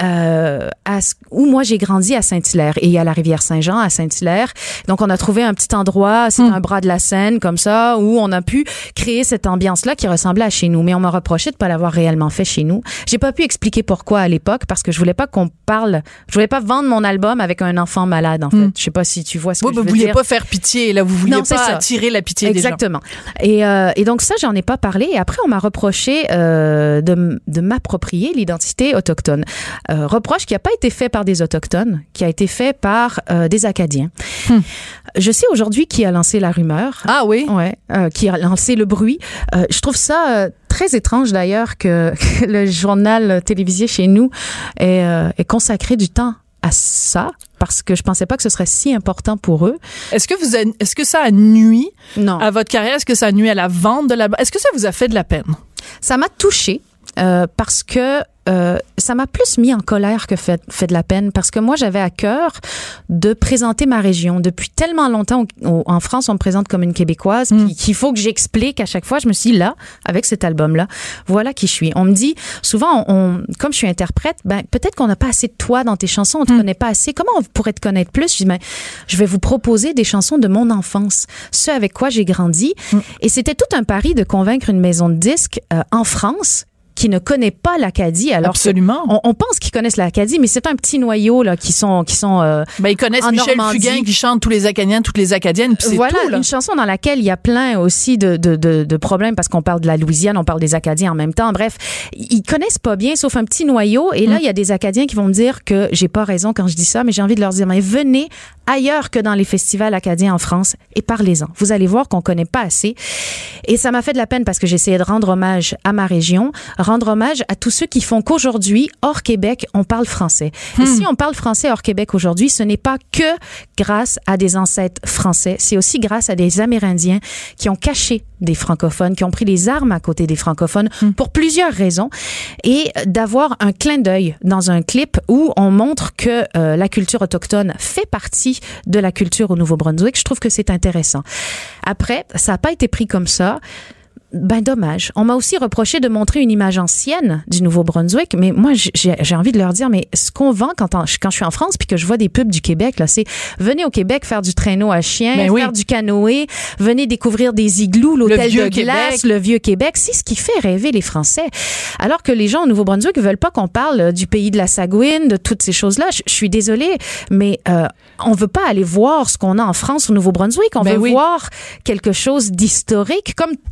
euh, à ce, où moi, j'ai grandi à Saint-Hilaire. Et il y a la rivière Saint-Jean à Saint-Hilaire. Donc, on a trouvé un petit endroit, c'est Mm. un bras de la Seine, comme ça, où on a pu créer cette ambiance-là qui ressemblait à chez nous. Mais on m'a reproché de pas l'avoir réellement fait chez nous. J'ai pas pu expliquer pourquoi à l'époque, parce que je voulais pas qu'on parle, je voulais pas vendre mon album avec un enfant malade, en fait. Mm. Je sais pas si tu vois ce Oui, que vous je veux vouliez dire. pas faire pitié, là, vous vouliez Non, c'est pas ça. attirer la pitié des gens. Exactement. Et, euh, et donc ça, j'en ai pas parlé. Et après, on m'a reproché euh, de, de m'approprier l'identité autochtone. Euh, reproche qui a pas été fait par des autochtones, qui a été fait par euh, des Acadiens. Hmm. Je sais aujourd'hui qui a lancé la rumeur. Ah oui? Ouais, euh, qui a lancé le bruit. Euh, je trouve ça euh, très étrange d'ailleurs que, que le journal télévisé chez nous ait, euh, ait consacré du temps à ça parce que je pensais pas que ce serait si important pour eux. Est-ce que vous a- est-ce que ça a nuit Non. à votre carrière? Est-ce que ça a nuit à la vente de la... Est-ce que ça vous a fait de la peine? Ça m'a touchée euh, parce que euh, ça m'a plus mis en colère que fait, fait de la peine parce que moi, j'avais à cœur de présenter ma région. Depuis tellement longtemps, au, en France, on me présente comme une Québécoise, Mm. puis qu'il faut que j'explique à chaque fois. Je me suis dit, là, avec cet album-là, voilà qui je suis. On me dit, souvent, on, comme je suis interprète, ben, peut-être qu'on n'a pas assez de toi dans tes chansons, on te Mm. connaît pas assez. Comment on pourrait te connaître plus? Je dis, ben, je vais vous proposer des chansons de mon enfance, ce avec quoi j'ai grandi. Mm. Et c'était tout un pari de convaincre une maison de disques euh, en France qui ne connaît pas l'Acadie. Alors que Absolument. on, on pense qu'ils connaissent l'Acadie, mais c'est un petit noyau là qui sont qui sont euh, Ben, ils connaissent en Michel Normandie. Fugain qui chante tous les Acadiens, toutes les Acadiennes, puis c'est voilà tout, là. une chanson dans laquelle il y a plein aussi de, de, de, de problèmes parce qu'on parle de la Louisiane, on parle des Acadiens en même temps. Bref, ils connaissent pas bien, sauf un petit noyau. Et là, Mm. il y a des Acadiens qui vont me dire que j'ai pas raison quand je dis ça, mais j'ai envie de leur dire, mais venez ailleurs que dans les festivals acadiens en France et parlez-en. Vous allez voir qu'on connaît pas assez. Et ça m'a fait de la peine parce que j'essayais de rendre hommage à ma région, rendre hommage à tous ceux qui font qu'aujourd'hui, hors Québec, on parle français. Et si on parle français hors Québec aujourd'hui, ce n'est pas que grâce à des ancêtres français, c'est aussi grâce à des Amérindiens qui ont caché des francophones, qui ont pris les armes à côté des francophones pour plusieurs raisons. Et d'avoir un clin d'œil dans un clip où on montre que euh, la culture autochtone fait partie de la culture au Nouveau-Brunswick, je trouve que c'est intéressant. Après, ça n'a pas été pris comme ça. Ben dommage. On m'a aussi reproché de montrer une image ancienne du Nouveau-Brunswick, mais moi j'ai, j'ai envie de leur dire, mais ce qu'on vend quand, on, quand je suis en France puis que je vois des pubs du Québec, là, c'est venez au Québec faire du traîneau à chien, Ben oui. faire du canoë, venez découvrir des igloos, l'hôtel vieux de Québec. glace, le vieux Québec. C'est ce qui fait rêver les Français. Alors que les gens au Nouveau-Brunswick veulent pas qu'on parle du pays de la Sagouine, de toutes ces choses-là. Je, je suis désolée, mais euh, on veut pas aller voir ce qu'on a en France au Nouveau-Brunswick. On Ben veut oui. voir quelque chose d'historique, comme quand toi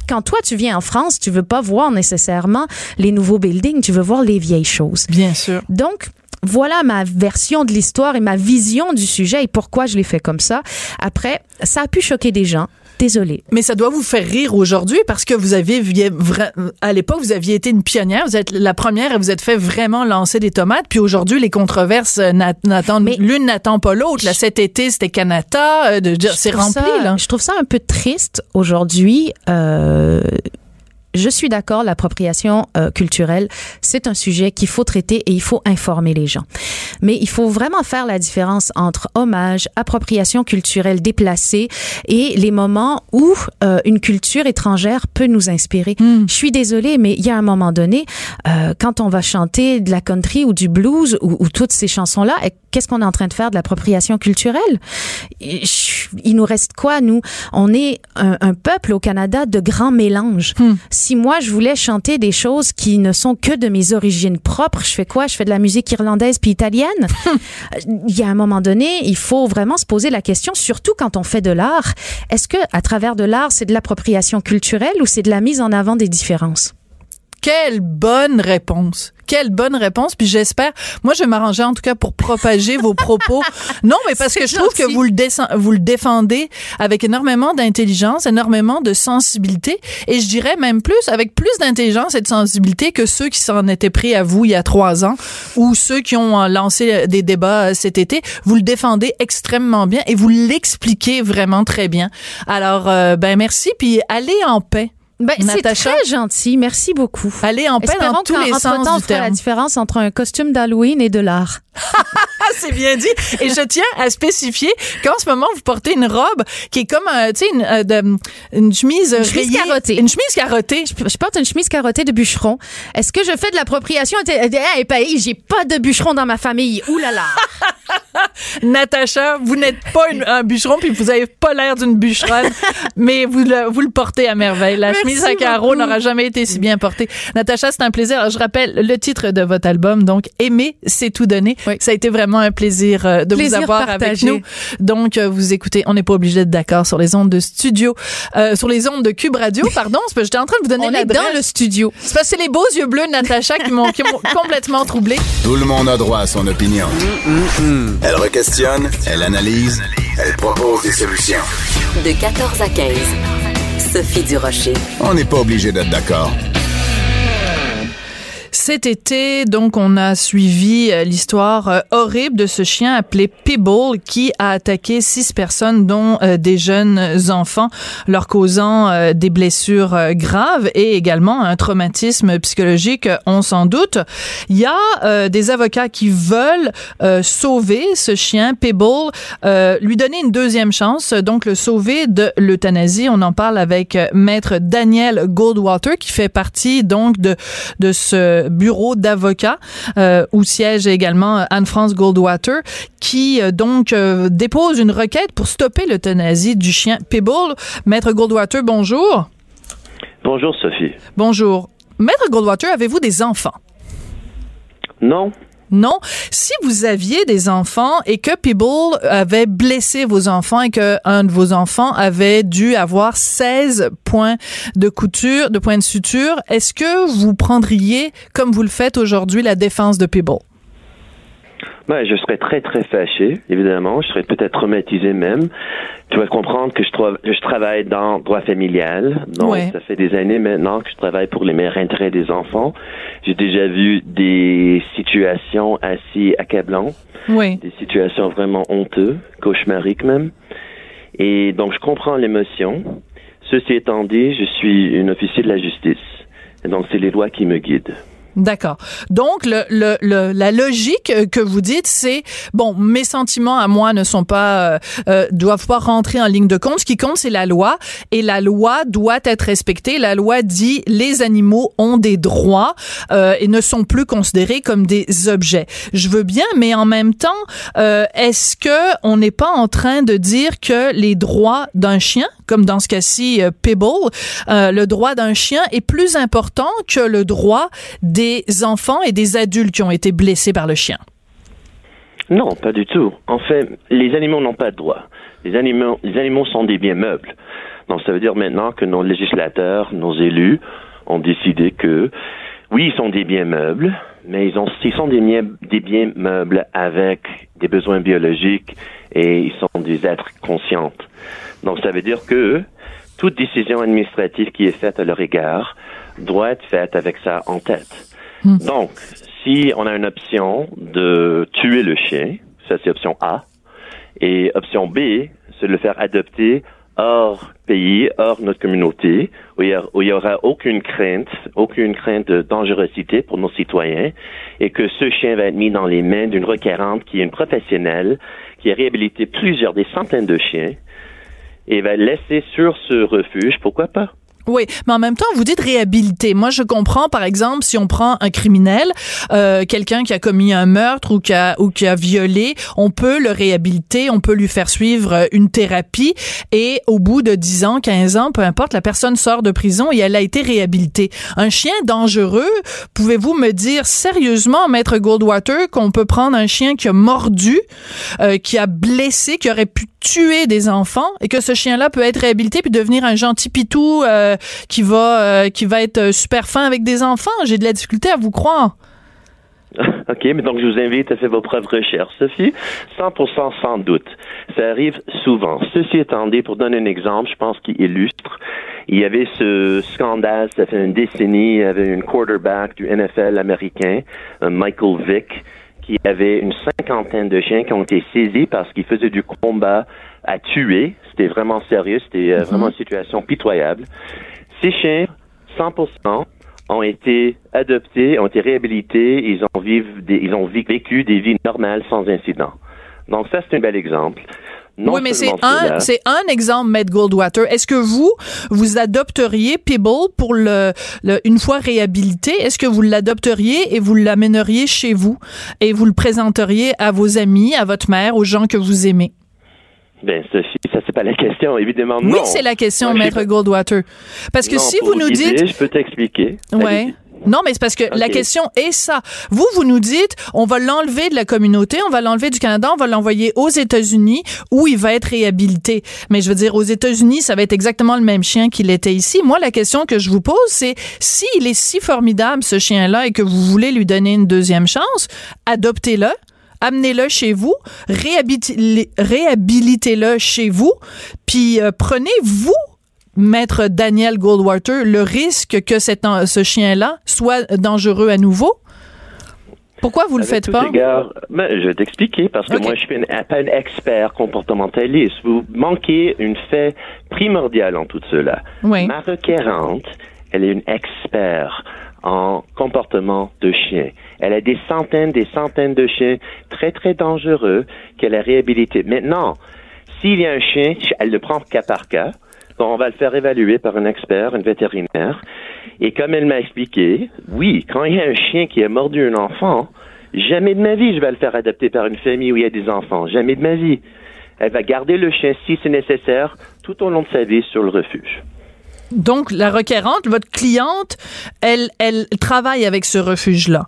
tu viens en France, tu veux pas voir nécessairement les nouveaux buildings, tu veux voir les vieilles choses. Bien sûr. Donc, voilà ma version de l'histoire et ma vision du sujet et pourquoi je l'ai fait comme ça. Après, ça a pu choquer des gens. Désolée. Mais ça doit vous faire rire aujourd'hui parce que vous aviez, à l'époque, vous aviez été une pionnière. Vous êtes la première et vous êtes fait vraiment lancer des tomates. Puis aujourd'hui, les controverses n'attendent, mais l'une n'attend pas l'autre. Là, cet été, c'était Canada. De, de, c'est rempli, ça, là. Je trouve ça un peu triste aujourd'hui. Euh, Je suis d'accord, l'appropriation euh, culturelle, c'est un sujet qu'il faut traiter et il faut informer les gens. Mais il faut vraiment faire la différence entre hommage, appropriation culturelle déplacée et les moments où euh, une culture étrangère peut nous inspirer. Mm. Je suis désolée, mais il y a un moment donné, euh, quand on va chanter de la country ou du blues ou, ou toutes ces chansons-là, qu'est-ce qu'on est en train de faire de l'appropriation culturelle? Il nous reste quoi, nous? On est un, un peuple au Canada de grands mélanges. Mm. Si moi, je voulais chanter des choses qui ne sont que de mes origines propres, je fais quoi? Je fais de la musique irlandaise puis italienne? Il y a un moment donné, il faut vraiment se poser la question, surtout quand on fait de l'art. Est-ce que, à travers de l'art, c'est de l'appropriation culturelle ou c'est de la mise en avant des différences? Quelle bonne réponse. Quelle bonne réponse. Puis j'espère, moi je vais m'arranger en tout cas pour propager vos propos. Non, mais parce que je trouve que vous le, descend, vous le défendez avec énormément d'intelligence, énormément de sensibilité. Et je dirais même plus, avec plus d'intelligence et de sensibilité que ceux qui s'en étaient pris à vous il y a trois ans ou ceux qui ont lancé des débats cet été. Vous le défendez extrêmement bien et vous l'expliquez vraiment très bien. Alors, euh, ben merci. Puis allez en paix. Ben, c'est très gentil. Merci beaucoup. Allez en paix dans tous les sens temps, du terme. La différence entre un costume d'Halloween et de l'art. C'est bien dit. Et je tiens à spécifier qu'en ce moment, vous portez une robe qui est comme, euh, tu sais, une, euh, de, une chemise Une chemise rayée. carottée. Une chemise carottée. Je, je porte une chemise carottée de bûcheron. Est-ce que je fais de l'appropriation? Hey, pays, j'ai pas de bûcheron dans ma famille. Ouh là là. Natacha, vous n'êtes pas une, un bûcheron puis vous avez pas l'air d'une bûcheronne, mais vous le, vous le portez à merveille. La Merci chemise à carreaux beaucoup. n'aura jamais été si bien portée. Natacha, c'est un plaisir. Alors, je rappelle le titre de votre album, donc Aimer, c'est tout donner. Oui. Ça a été vraiment un plaisir euh, de plaisir vous avoir partagé. avec nous. Donc, euh, vous écoutez, on n'est pas obligé d'être d'accord sur les ondes de studio, euh, sur les ondes de Cube Radio, pardon, c'est parce que j'étais en train de vous donner on l'adresse. est dans le studio. C'est parce que c'est les beaux yeux bleus de Natacha qui m'ont, qui m'ont complètement troublée. Tout le monde a droit à son opinion. Mm, mm, mm. Elle requestionne, elle analyse, elle propose des solutions. De quatorze à quinze, Sophie Durocher. On n'est pas obligé d'être d'accord. Cet été, donc, on a suivi euh, l'histoire euh, horrible de ce chien appelé Pibble qui a attaqué six personnes, dont euh, des jeunes enfants, leur causant euh, des blessures euh, graves et également un traumatisme psychologique, on s'en doute. Il y a euh, des avocats qui veulent euh, sauver ce chien Pibble, euh, lui donner une deuxième chance, donc le sauver de l'euthanasie. On en parle avec euh, maître Daniel Goldwater qui fait partie donc de de ce bureau d'avocats euh, où siège également Anne-France Goldwater qui euh, donc euh, dépose une requête pour stopper l'euthanasie du chien Pibble. Maître Goldwater, bonjour. Bonjour Sophie. Bonjour. Maître Goldwater, avez-vous des enfants? Non. Non. Si vous aviez des enfants et que Pibble avait blessé vos enfants et que un de vos enfants avait dû avoir seize points de couture, de points de suture, est-ce que vous prendriez, comme vous le faites aujourd'hui, la défense de Pibble? Ben, je serais très, très fâché, évidemment. Je serais peut-être traumatisé même. Tu vas comprendre que je, tra- je travaille dans le droit familial. Donc, ouais. Ça fait des années maintenant que je travaille pour les meilleurs intérêts des enfants. J'ai déjà vu des situations assez accablantes. Oui. Des situations vraiment honteuses, cauchemariques même. Et donc, je comprends l'émotion. Ceci étant dit, je suis une officier de la justice. Et donc, c'est les lois qui me guident. D'accord. Donc, le, le, le, la logique que vous dites, c'est, bon, mes sentiments à moi ne sont pas, euh, euh, doivent pas rentrer en ligne de compte. Ce qui compte, c'est la loi. Et la loi doit être respectée. La loi dit, les animaux ont des droits euh, et ne sont plus considérés comme des objets. Je veux bien, mais en même temps, euh, est-ce que on n'est pas en train de dire que les droits d'un chien, comme dans ce cas-ci, euh, Pibble, euh, le droit d'un chien est plus important que le droit des des enfants et des adultes qui ont été blessés par le chien? Non, pas du tout. En fait, les animaux n'ont pas de droit. Les animaux, les animaux sont des biens meubles. Donc, ça veut dire maintenant que nos législateurs, nos élus, ont décidé que, oui, ils sont des biens meubles, mais ils, ont, ils sont des biens, des biens meubles avec des besoins biologiques et ils sont des êtres conscients. Donc, ça veut dire que toute décision administrative qui est faite à leur égard doit être faite avec ça en tête. Mmh. Donc, si on a une option de tuer le chien, ça c'est option A, et option B, c'est de le faire adopter hors pays, hors notre communauté, où il n'y aura aucune crainte, aucune crainte de dangerosité pour nos citoyens, et que ce chien va être mis dans les mains d'une requérante qui est une professionnelle, qui a réhabilité plusieurs, des centaines de chiens, et va le laisser sur ce refuge, pourquoi pas? Oui, mais en même temps, vous dites réhabiliter. Moi, je comprends, par exemple, si on prend un criminel, euh, quelqu'un qui a commis un meurtre ou qui a ou qui a violé, on peut le réhabiliter, on peut lui faire suivre une thérapie et au bout de dix ans, quinze ans, peu importe, la personne sort de prison et elle a été réhabilitée. Un chien dangereux, pouvez-vous me dire sérieusement, Maître Goldwater, qu'on peut prendre un chien qui a mordu, euh, qui a blessé, qui aurait pu tuer des enfants et que ce chien-là peut être réhabilité puis devenir un gentil pitou euh, qui va euh, qui va être super fin avec des enfants? J'ai de la difficulté à vous croire. OK, mais donc je vous invite à faire vos propres recherches, Sophie. cent pour cent sans doute. Ça arrive souvent. Ceci étant dit, pour donner un exemple, je pense qu'il illustre, il y avait ce scandale, ça fait une décennie, il y avait une quarterback du N F L américain, Michael Vick, qui avait une cinquantaine de chiens qui ont été saisis parce qu'ils faisaient du combat à tuer. C'était vraiment sérieux, c'était euh, mm-hmm. vraiment une situation pitoyable. Ces chiens, cent pour cent, ont été adoptés, ont été réhabilités, ils ont, vivent des, ils ont vécu des vies normales sans incident. Donc ça, c'est un bel exemple. Non oui, mais c'est un, c'est un exemple, Maître Goldwater. Est-ce que vous, vous adopteriez Pibble pour le, le, une fois réhabilité? Est-ce que vous l'adopteriez et vous l'amèneriez chez vous et vous le présenteriez à vos amis, à votre mère, aux gens que vous aimez? Ben, Sophie, ça c'est pas la question, évidemment. Oui, non. c'est la question, Moi, Maître Goldwater. Parce que non, si vous nous guider, dites, je peux t'expliquer. Ouais. Non, mais c'est parce que okay. La question est ça. Vous, vous nous dites, on va l'enlever de la communauté, on va l'enlever du Canada, on va l'envoyer aux États-Unis où il va être réhabilité. Mais je veux dire, aux États-Unis, ça va être exactement le même chien qu'il était ici. Moi, la question que je vous pose, c'est s'il est si formidable, ce chien-là, et que vous voulez lui donner une deuxième chance, adoptez-le. Amenez-le chez vous, réhabilitez- réhabilitez-le chez vous, puis euh, prenez-vous, Maître Daniel Goldwater, le risque que cet, ce chien-là soit dangereux à nouveau? Pourquoi vous le Avec faites pas? Égard, ben, je vais t'expliquer, parce que okay. moi, je suis une, pas un expert comportementaliste. Vous manquez une fait primordiale en tout cela. Oui. Ma requérante, elle est une experte en comportement de chien. Elle a des centaines, des centaines de chiens très, très dangereux qu'elle a réhabilités. Maintenant, s'il y a un chien, elle le prend cas par cas. Donc, on va le faire évaluer par un expert, un vétérinaire. Et comme elle m'a expliqué, oui, quand il y a un chien qui a mordu un enfant, jamais de ma vie je vais le faire adopter par une famille où il y a des enfants. Jamais de ma vie. Elle va garder le chien, si c'est nécessaire, tout au long de sa vie sur le refuge. Donc, la requérante, votre cliente, elle, elle travaille avec ce refuge-là.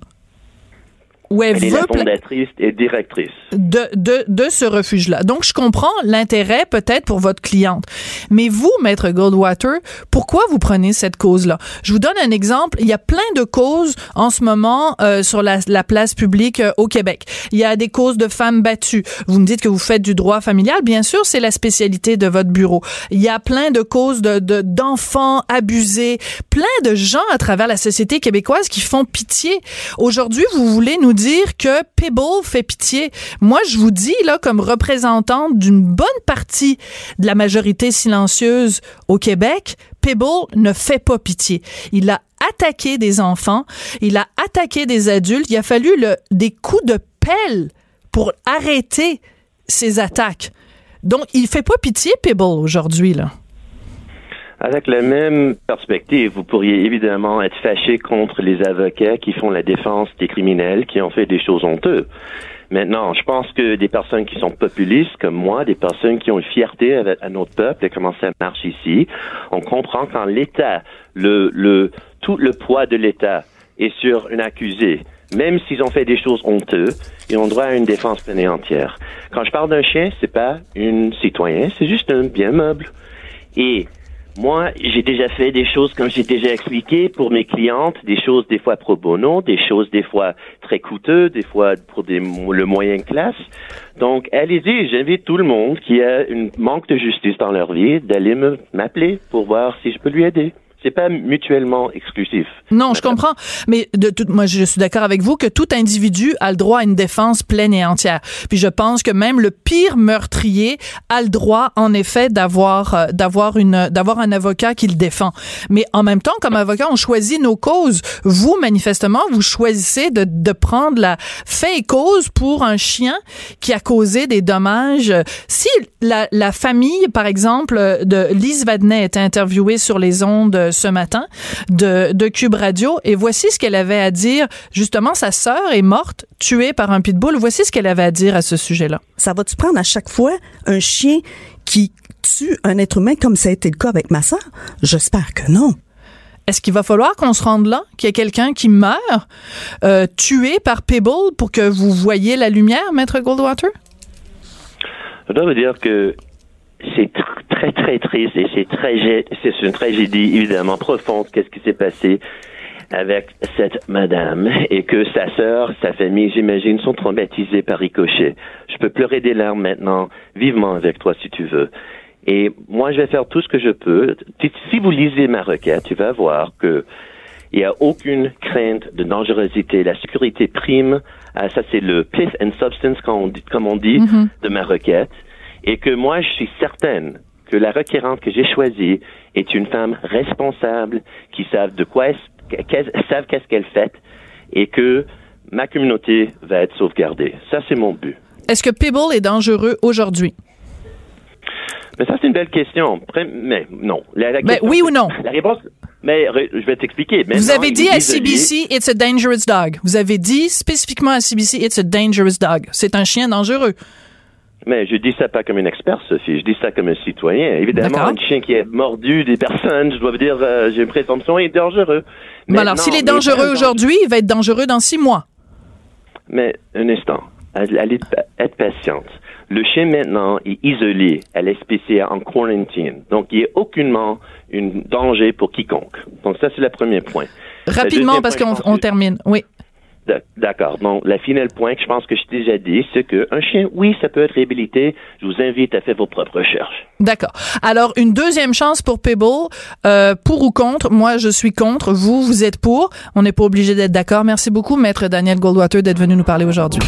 Où elle, elle est veut la fondatrice et directrice de, de, de ce refuge-là. Donc, je comprends l'intérêt peut-être pour votre cliente. Mais vous, Maître Goldwater, pourquoi vous prenez cette cause-là? Je vous donne un exemple. Il y a plein de causes en ce moment euh, sur la, la place publique euh, au Québec. Il y a des causes de femmes battues. Vous me dites que vous faites du droit familial. Bien sûr, c'est la spécialité de votre bureau. Il y a plein de causes de, de, d'enfants abusés. Plein de gens à travers la société québécoise qui font pitié. Aujourd'hui, vous voulez nous dire que Pibble fait pitié. Moi, je vous dis, là, comme représentante d'une bonne partie de la majorité silencieuse au Québec, Pibble ne fait pas pitié. Il a attaqué des enfants, il a attaqué des adultes, il a fallu le, des coups de pelle pour arrêter ces attaques. Donc, il fait pas pitié, Pibble, aujourd'hui, là. Avec la même perspective, vous pourriez évidemment être fâché contre les avocats qui font la défense des criminels qui ont fait des choses honteuses. Maintenant, je pense que des personnes qui sont populistes comme moi, des personnes qui ont une fierté à, à notre peuple et comment ça marche ici, on comprend quand l'État, le, le, tout le poids de l'État est sur un accusé. Même s'ils ont fait des choses honteuses, ils ont droit à une défense pleine et entière. Quand je parle d'un chien, c'est pas un citoyen, c'est juste un bien meuble. Et Moi, j'ai déjà fait des choses, comme j'ai déjà expliqué, pour mes clientes, des choses des fois pro bono, des choses des fois très coûteuses, des fois pour des, le moyen classe. Donc, allez-y, j'invite tout le monde qui a un manque de justice dans leur vie d'aller me, m'appeler pour voir si je peux lui aider. C'est pas mutuellement exclusif. Non, je comprends. Mais de tout, moi, je suis d'accord avec vous que tout individu a le droit à une défense pleine et entière. Puis je pense que même le pire meurtrier a le droit, en effet, d'avoir, euh, d'avoir une, d'avoir un avocat qui le défend. Mais en même temps, comme avocat, on choisit nos causes. Vous, manifestement, vous choisissez de, de prendre la fin et cause pour un chien qui a causé des dommages. Si la, la famille, par exemple, de Lise Vadnet était interviewée sur les ondes ce matin de, de Cube Radio, et voici ce qu'elle avait à dire. Justement, sa sœur est morte, tuée par un pitbull. Voici ce qu'elle avait à dire à ce sujet-là. Ça va-tu prendre à chaque fois un chien qui tue un être humain comme ça a été le cas avec ma sœur? J'espère que non. Est-ce qu'il va falloir qu'on se rende là, qu'il y ait quelqu'un qui meurt, euh, tué par Pitbull pour que vous voyiez la lumière, Maître Goldwater? Je dois vous dire que c'est très, très triste et c'est très, c'est une tragédie évidemment profonde. Qu'est-ce qui s'est passé avec cette madame et que sa sœur, sa famille, j'imagine, sont traumatisés par ricochet. Je peux pleurer des larmes maintenant, vivement avec toi si tu veux. Et moi, je vais faire tout ce que je peux. Si vous lisez ma requête, tu vas voir que il n'y a aucune crainte de dangerosité. La sécurité prime. Ah, ça, c'est le pith and substance, comme on dit, comme on dit mm-hmm. de ma requête. Et que moi, je suis certaine que la requérante que j'ai choisie est une femme responsable qui savent de quoi qu'elle, savent qu'est-ce qu'elle fait et que ma communauté va être sauvegardée. Ça, c'est mon but. Est-ce que Pitbull est dangereux aujourd'hui? Mais ça, c'est une belle question. Mais non. La, la question, mais oui ou non? La réponse... Mais je vais t'expliquer. Maintenant, vous avez dit à C B C, it's a dangerous dog. Vous avez dit spécifiquement à C B C, it's a dangerous dog. C'est un chien dangereux. Mais je dis ça pas comme un expert, Sophie. Je dis ça comme un citoyen. Évidemment, D'accord. un chien qui a mordu des personnes, je dois vous dire, euh, j'ai une présomption, il est dangereux. Mais, mais alors, non, s'il est dangereux aujourd'hui, il va être dangereux dans six mois. Mais, un instant. Allez être patiente. Le chien, maintenant, est isolé à l'S P C A en quarantine. Donc, il n'y a aucunement un danger pour quiconque. Donc, ça, c'est le premier point. Rapidement, parce qu'on on termine. Oui. D'accord. Donc, la finale point que je pense que je t'ai déjà dit, c'est qu'un chien, oui, ça peut être réhabilité. Je vous invite à faire vos propres recherches. D'accord. Alors, une deuxième chance pour Pitbull, euh, pour ou contre. Moi, je suis contre. Vous, vous êtes pour. On n'est pas obligé d'être d'accord. Merci beaucoup, Maître Daniel Goldwater, d'être venu nous parler aujourd'hui.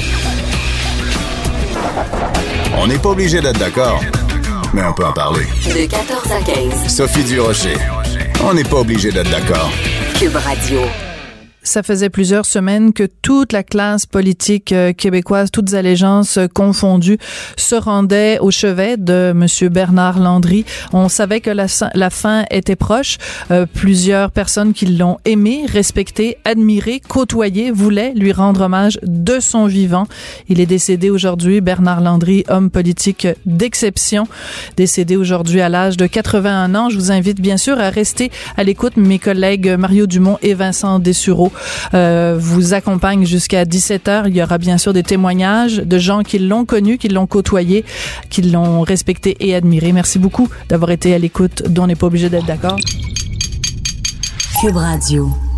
On n'est pas obligé d'être d'accord, mais on peut en parler. De quatorze à quinze. Sophie Durocher. On n'est pas obligé d'être d'accord. Cube Radio. Ça faisait plusieurs semaines que toute la classe politique euh, québécoise, toutes allégeances euh, confondues, se rendait au chevet de Monsieur Bernard Landry. On savait que la, la fin était proche. Euh, plusieurs personnes qui l'ont aimé, respecté, admiré, côtoyé, voulaient lui rendre hommage de son vivant. Il est décédé aujourd'hui. Bernard Landry, homme politique d'exception, décédé aujourd'hui à l'âge de quatre-vingt-un ans. Je vous invite bien sûr à rester à l'écoute. Mes collègues Mario Dumont et Vincent Dessureau Euh, vous accompagne jusqu'à dix-sept heures. Il y aura bien sûr des témoignages de gens qui l'ont connu, qui l'ont côtoyé, qui l'ont respecté et admiré. Merci beaucoup d'avoir été à l'écoute dont on n'est pas obligé d'être d'accord. Cube Radio.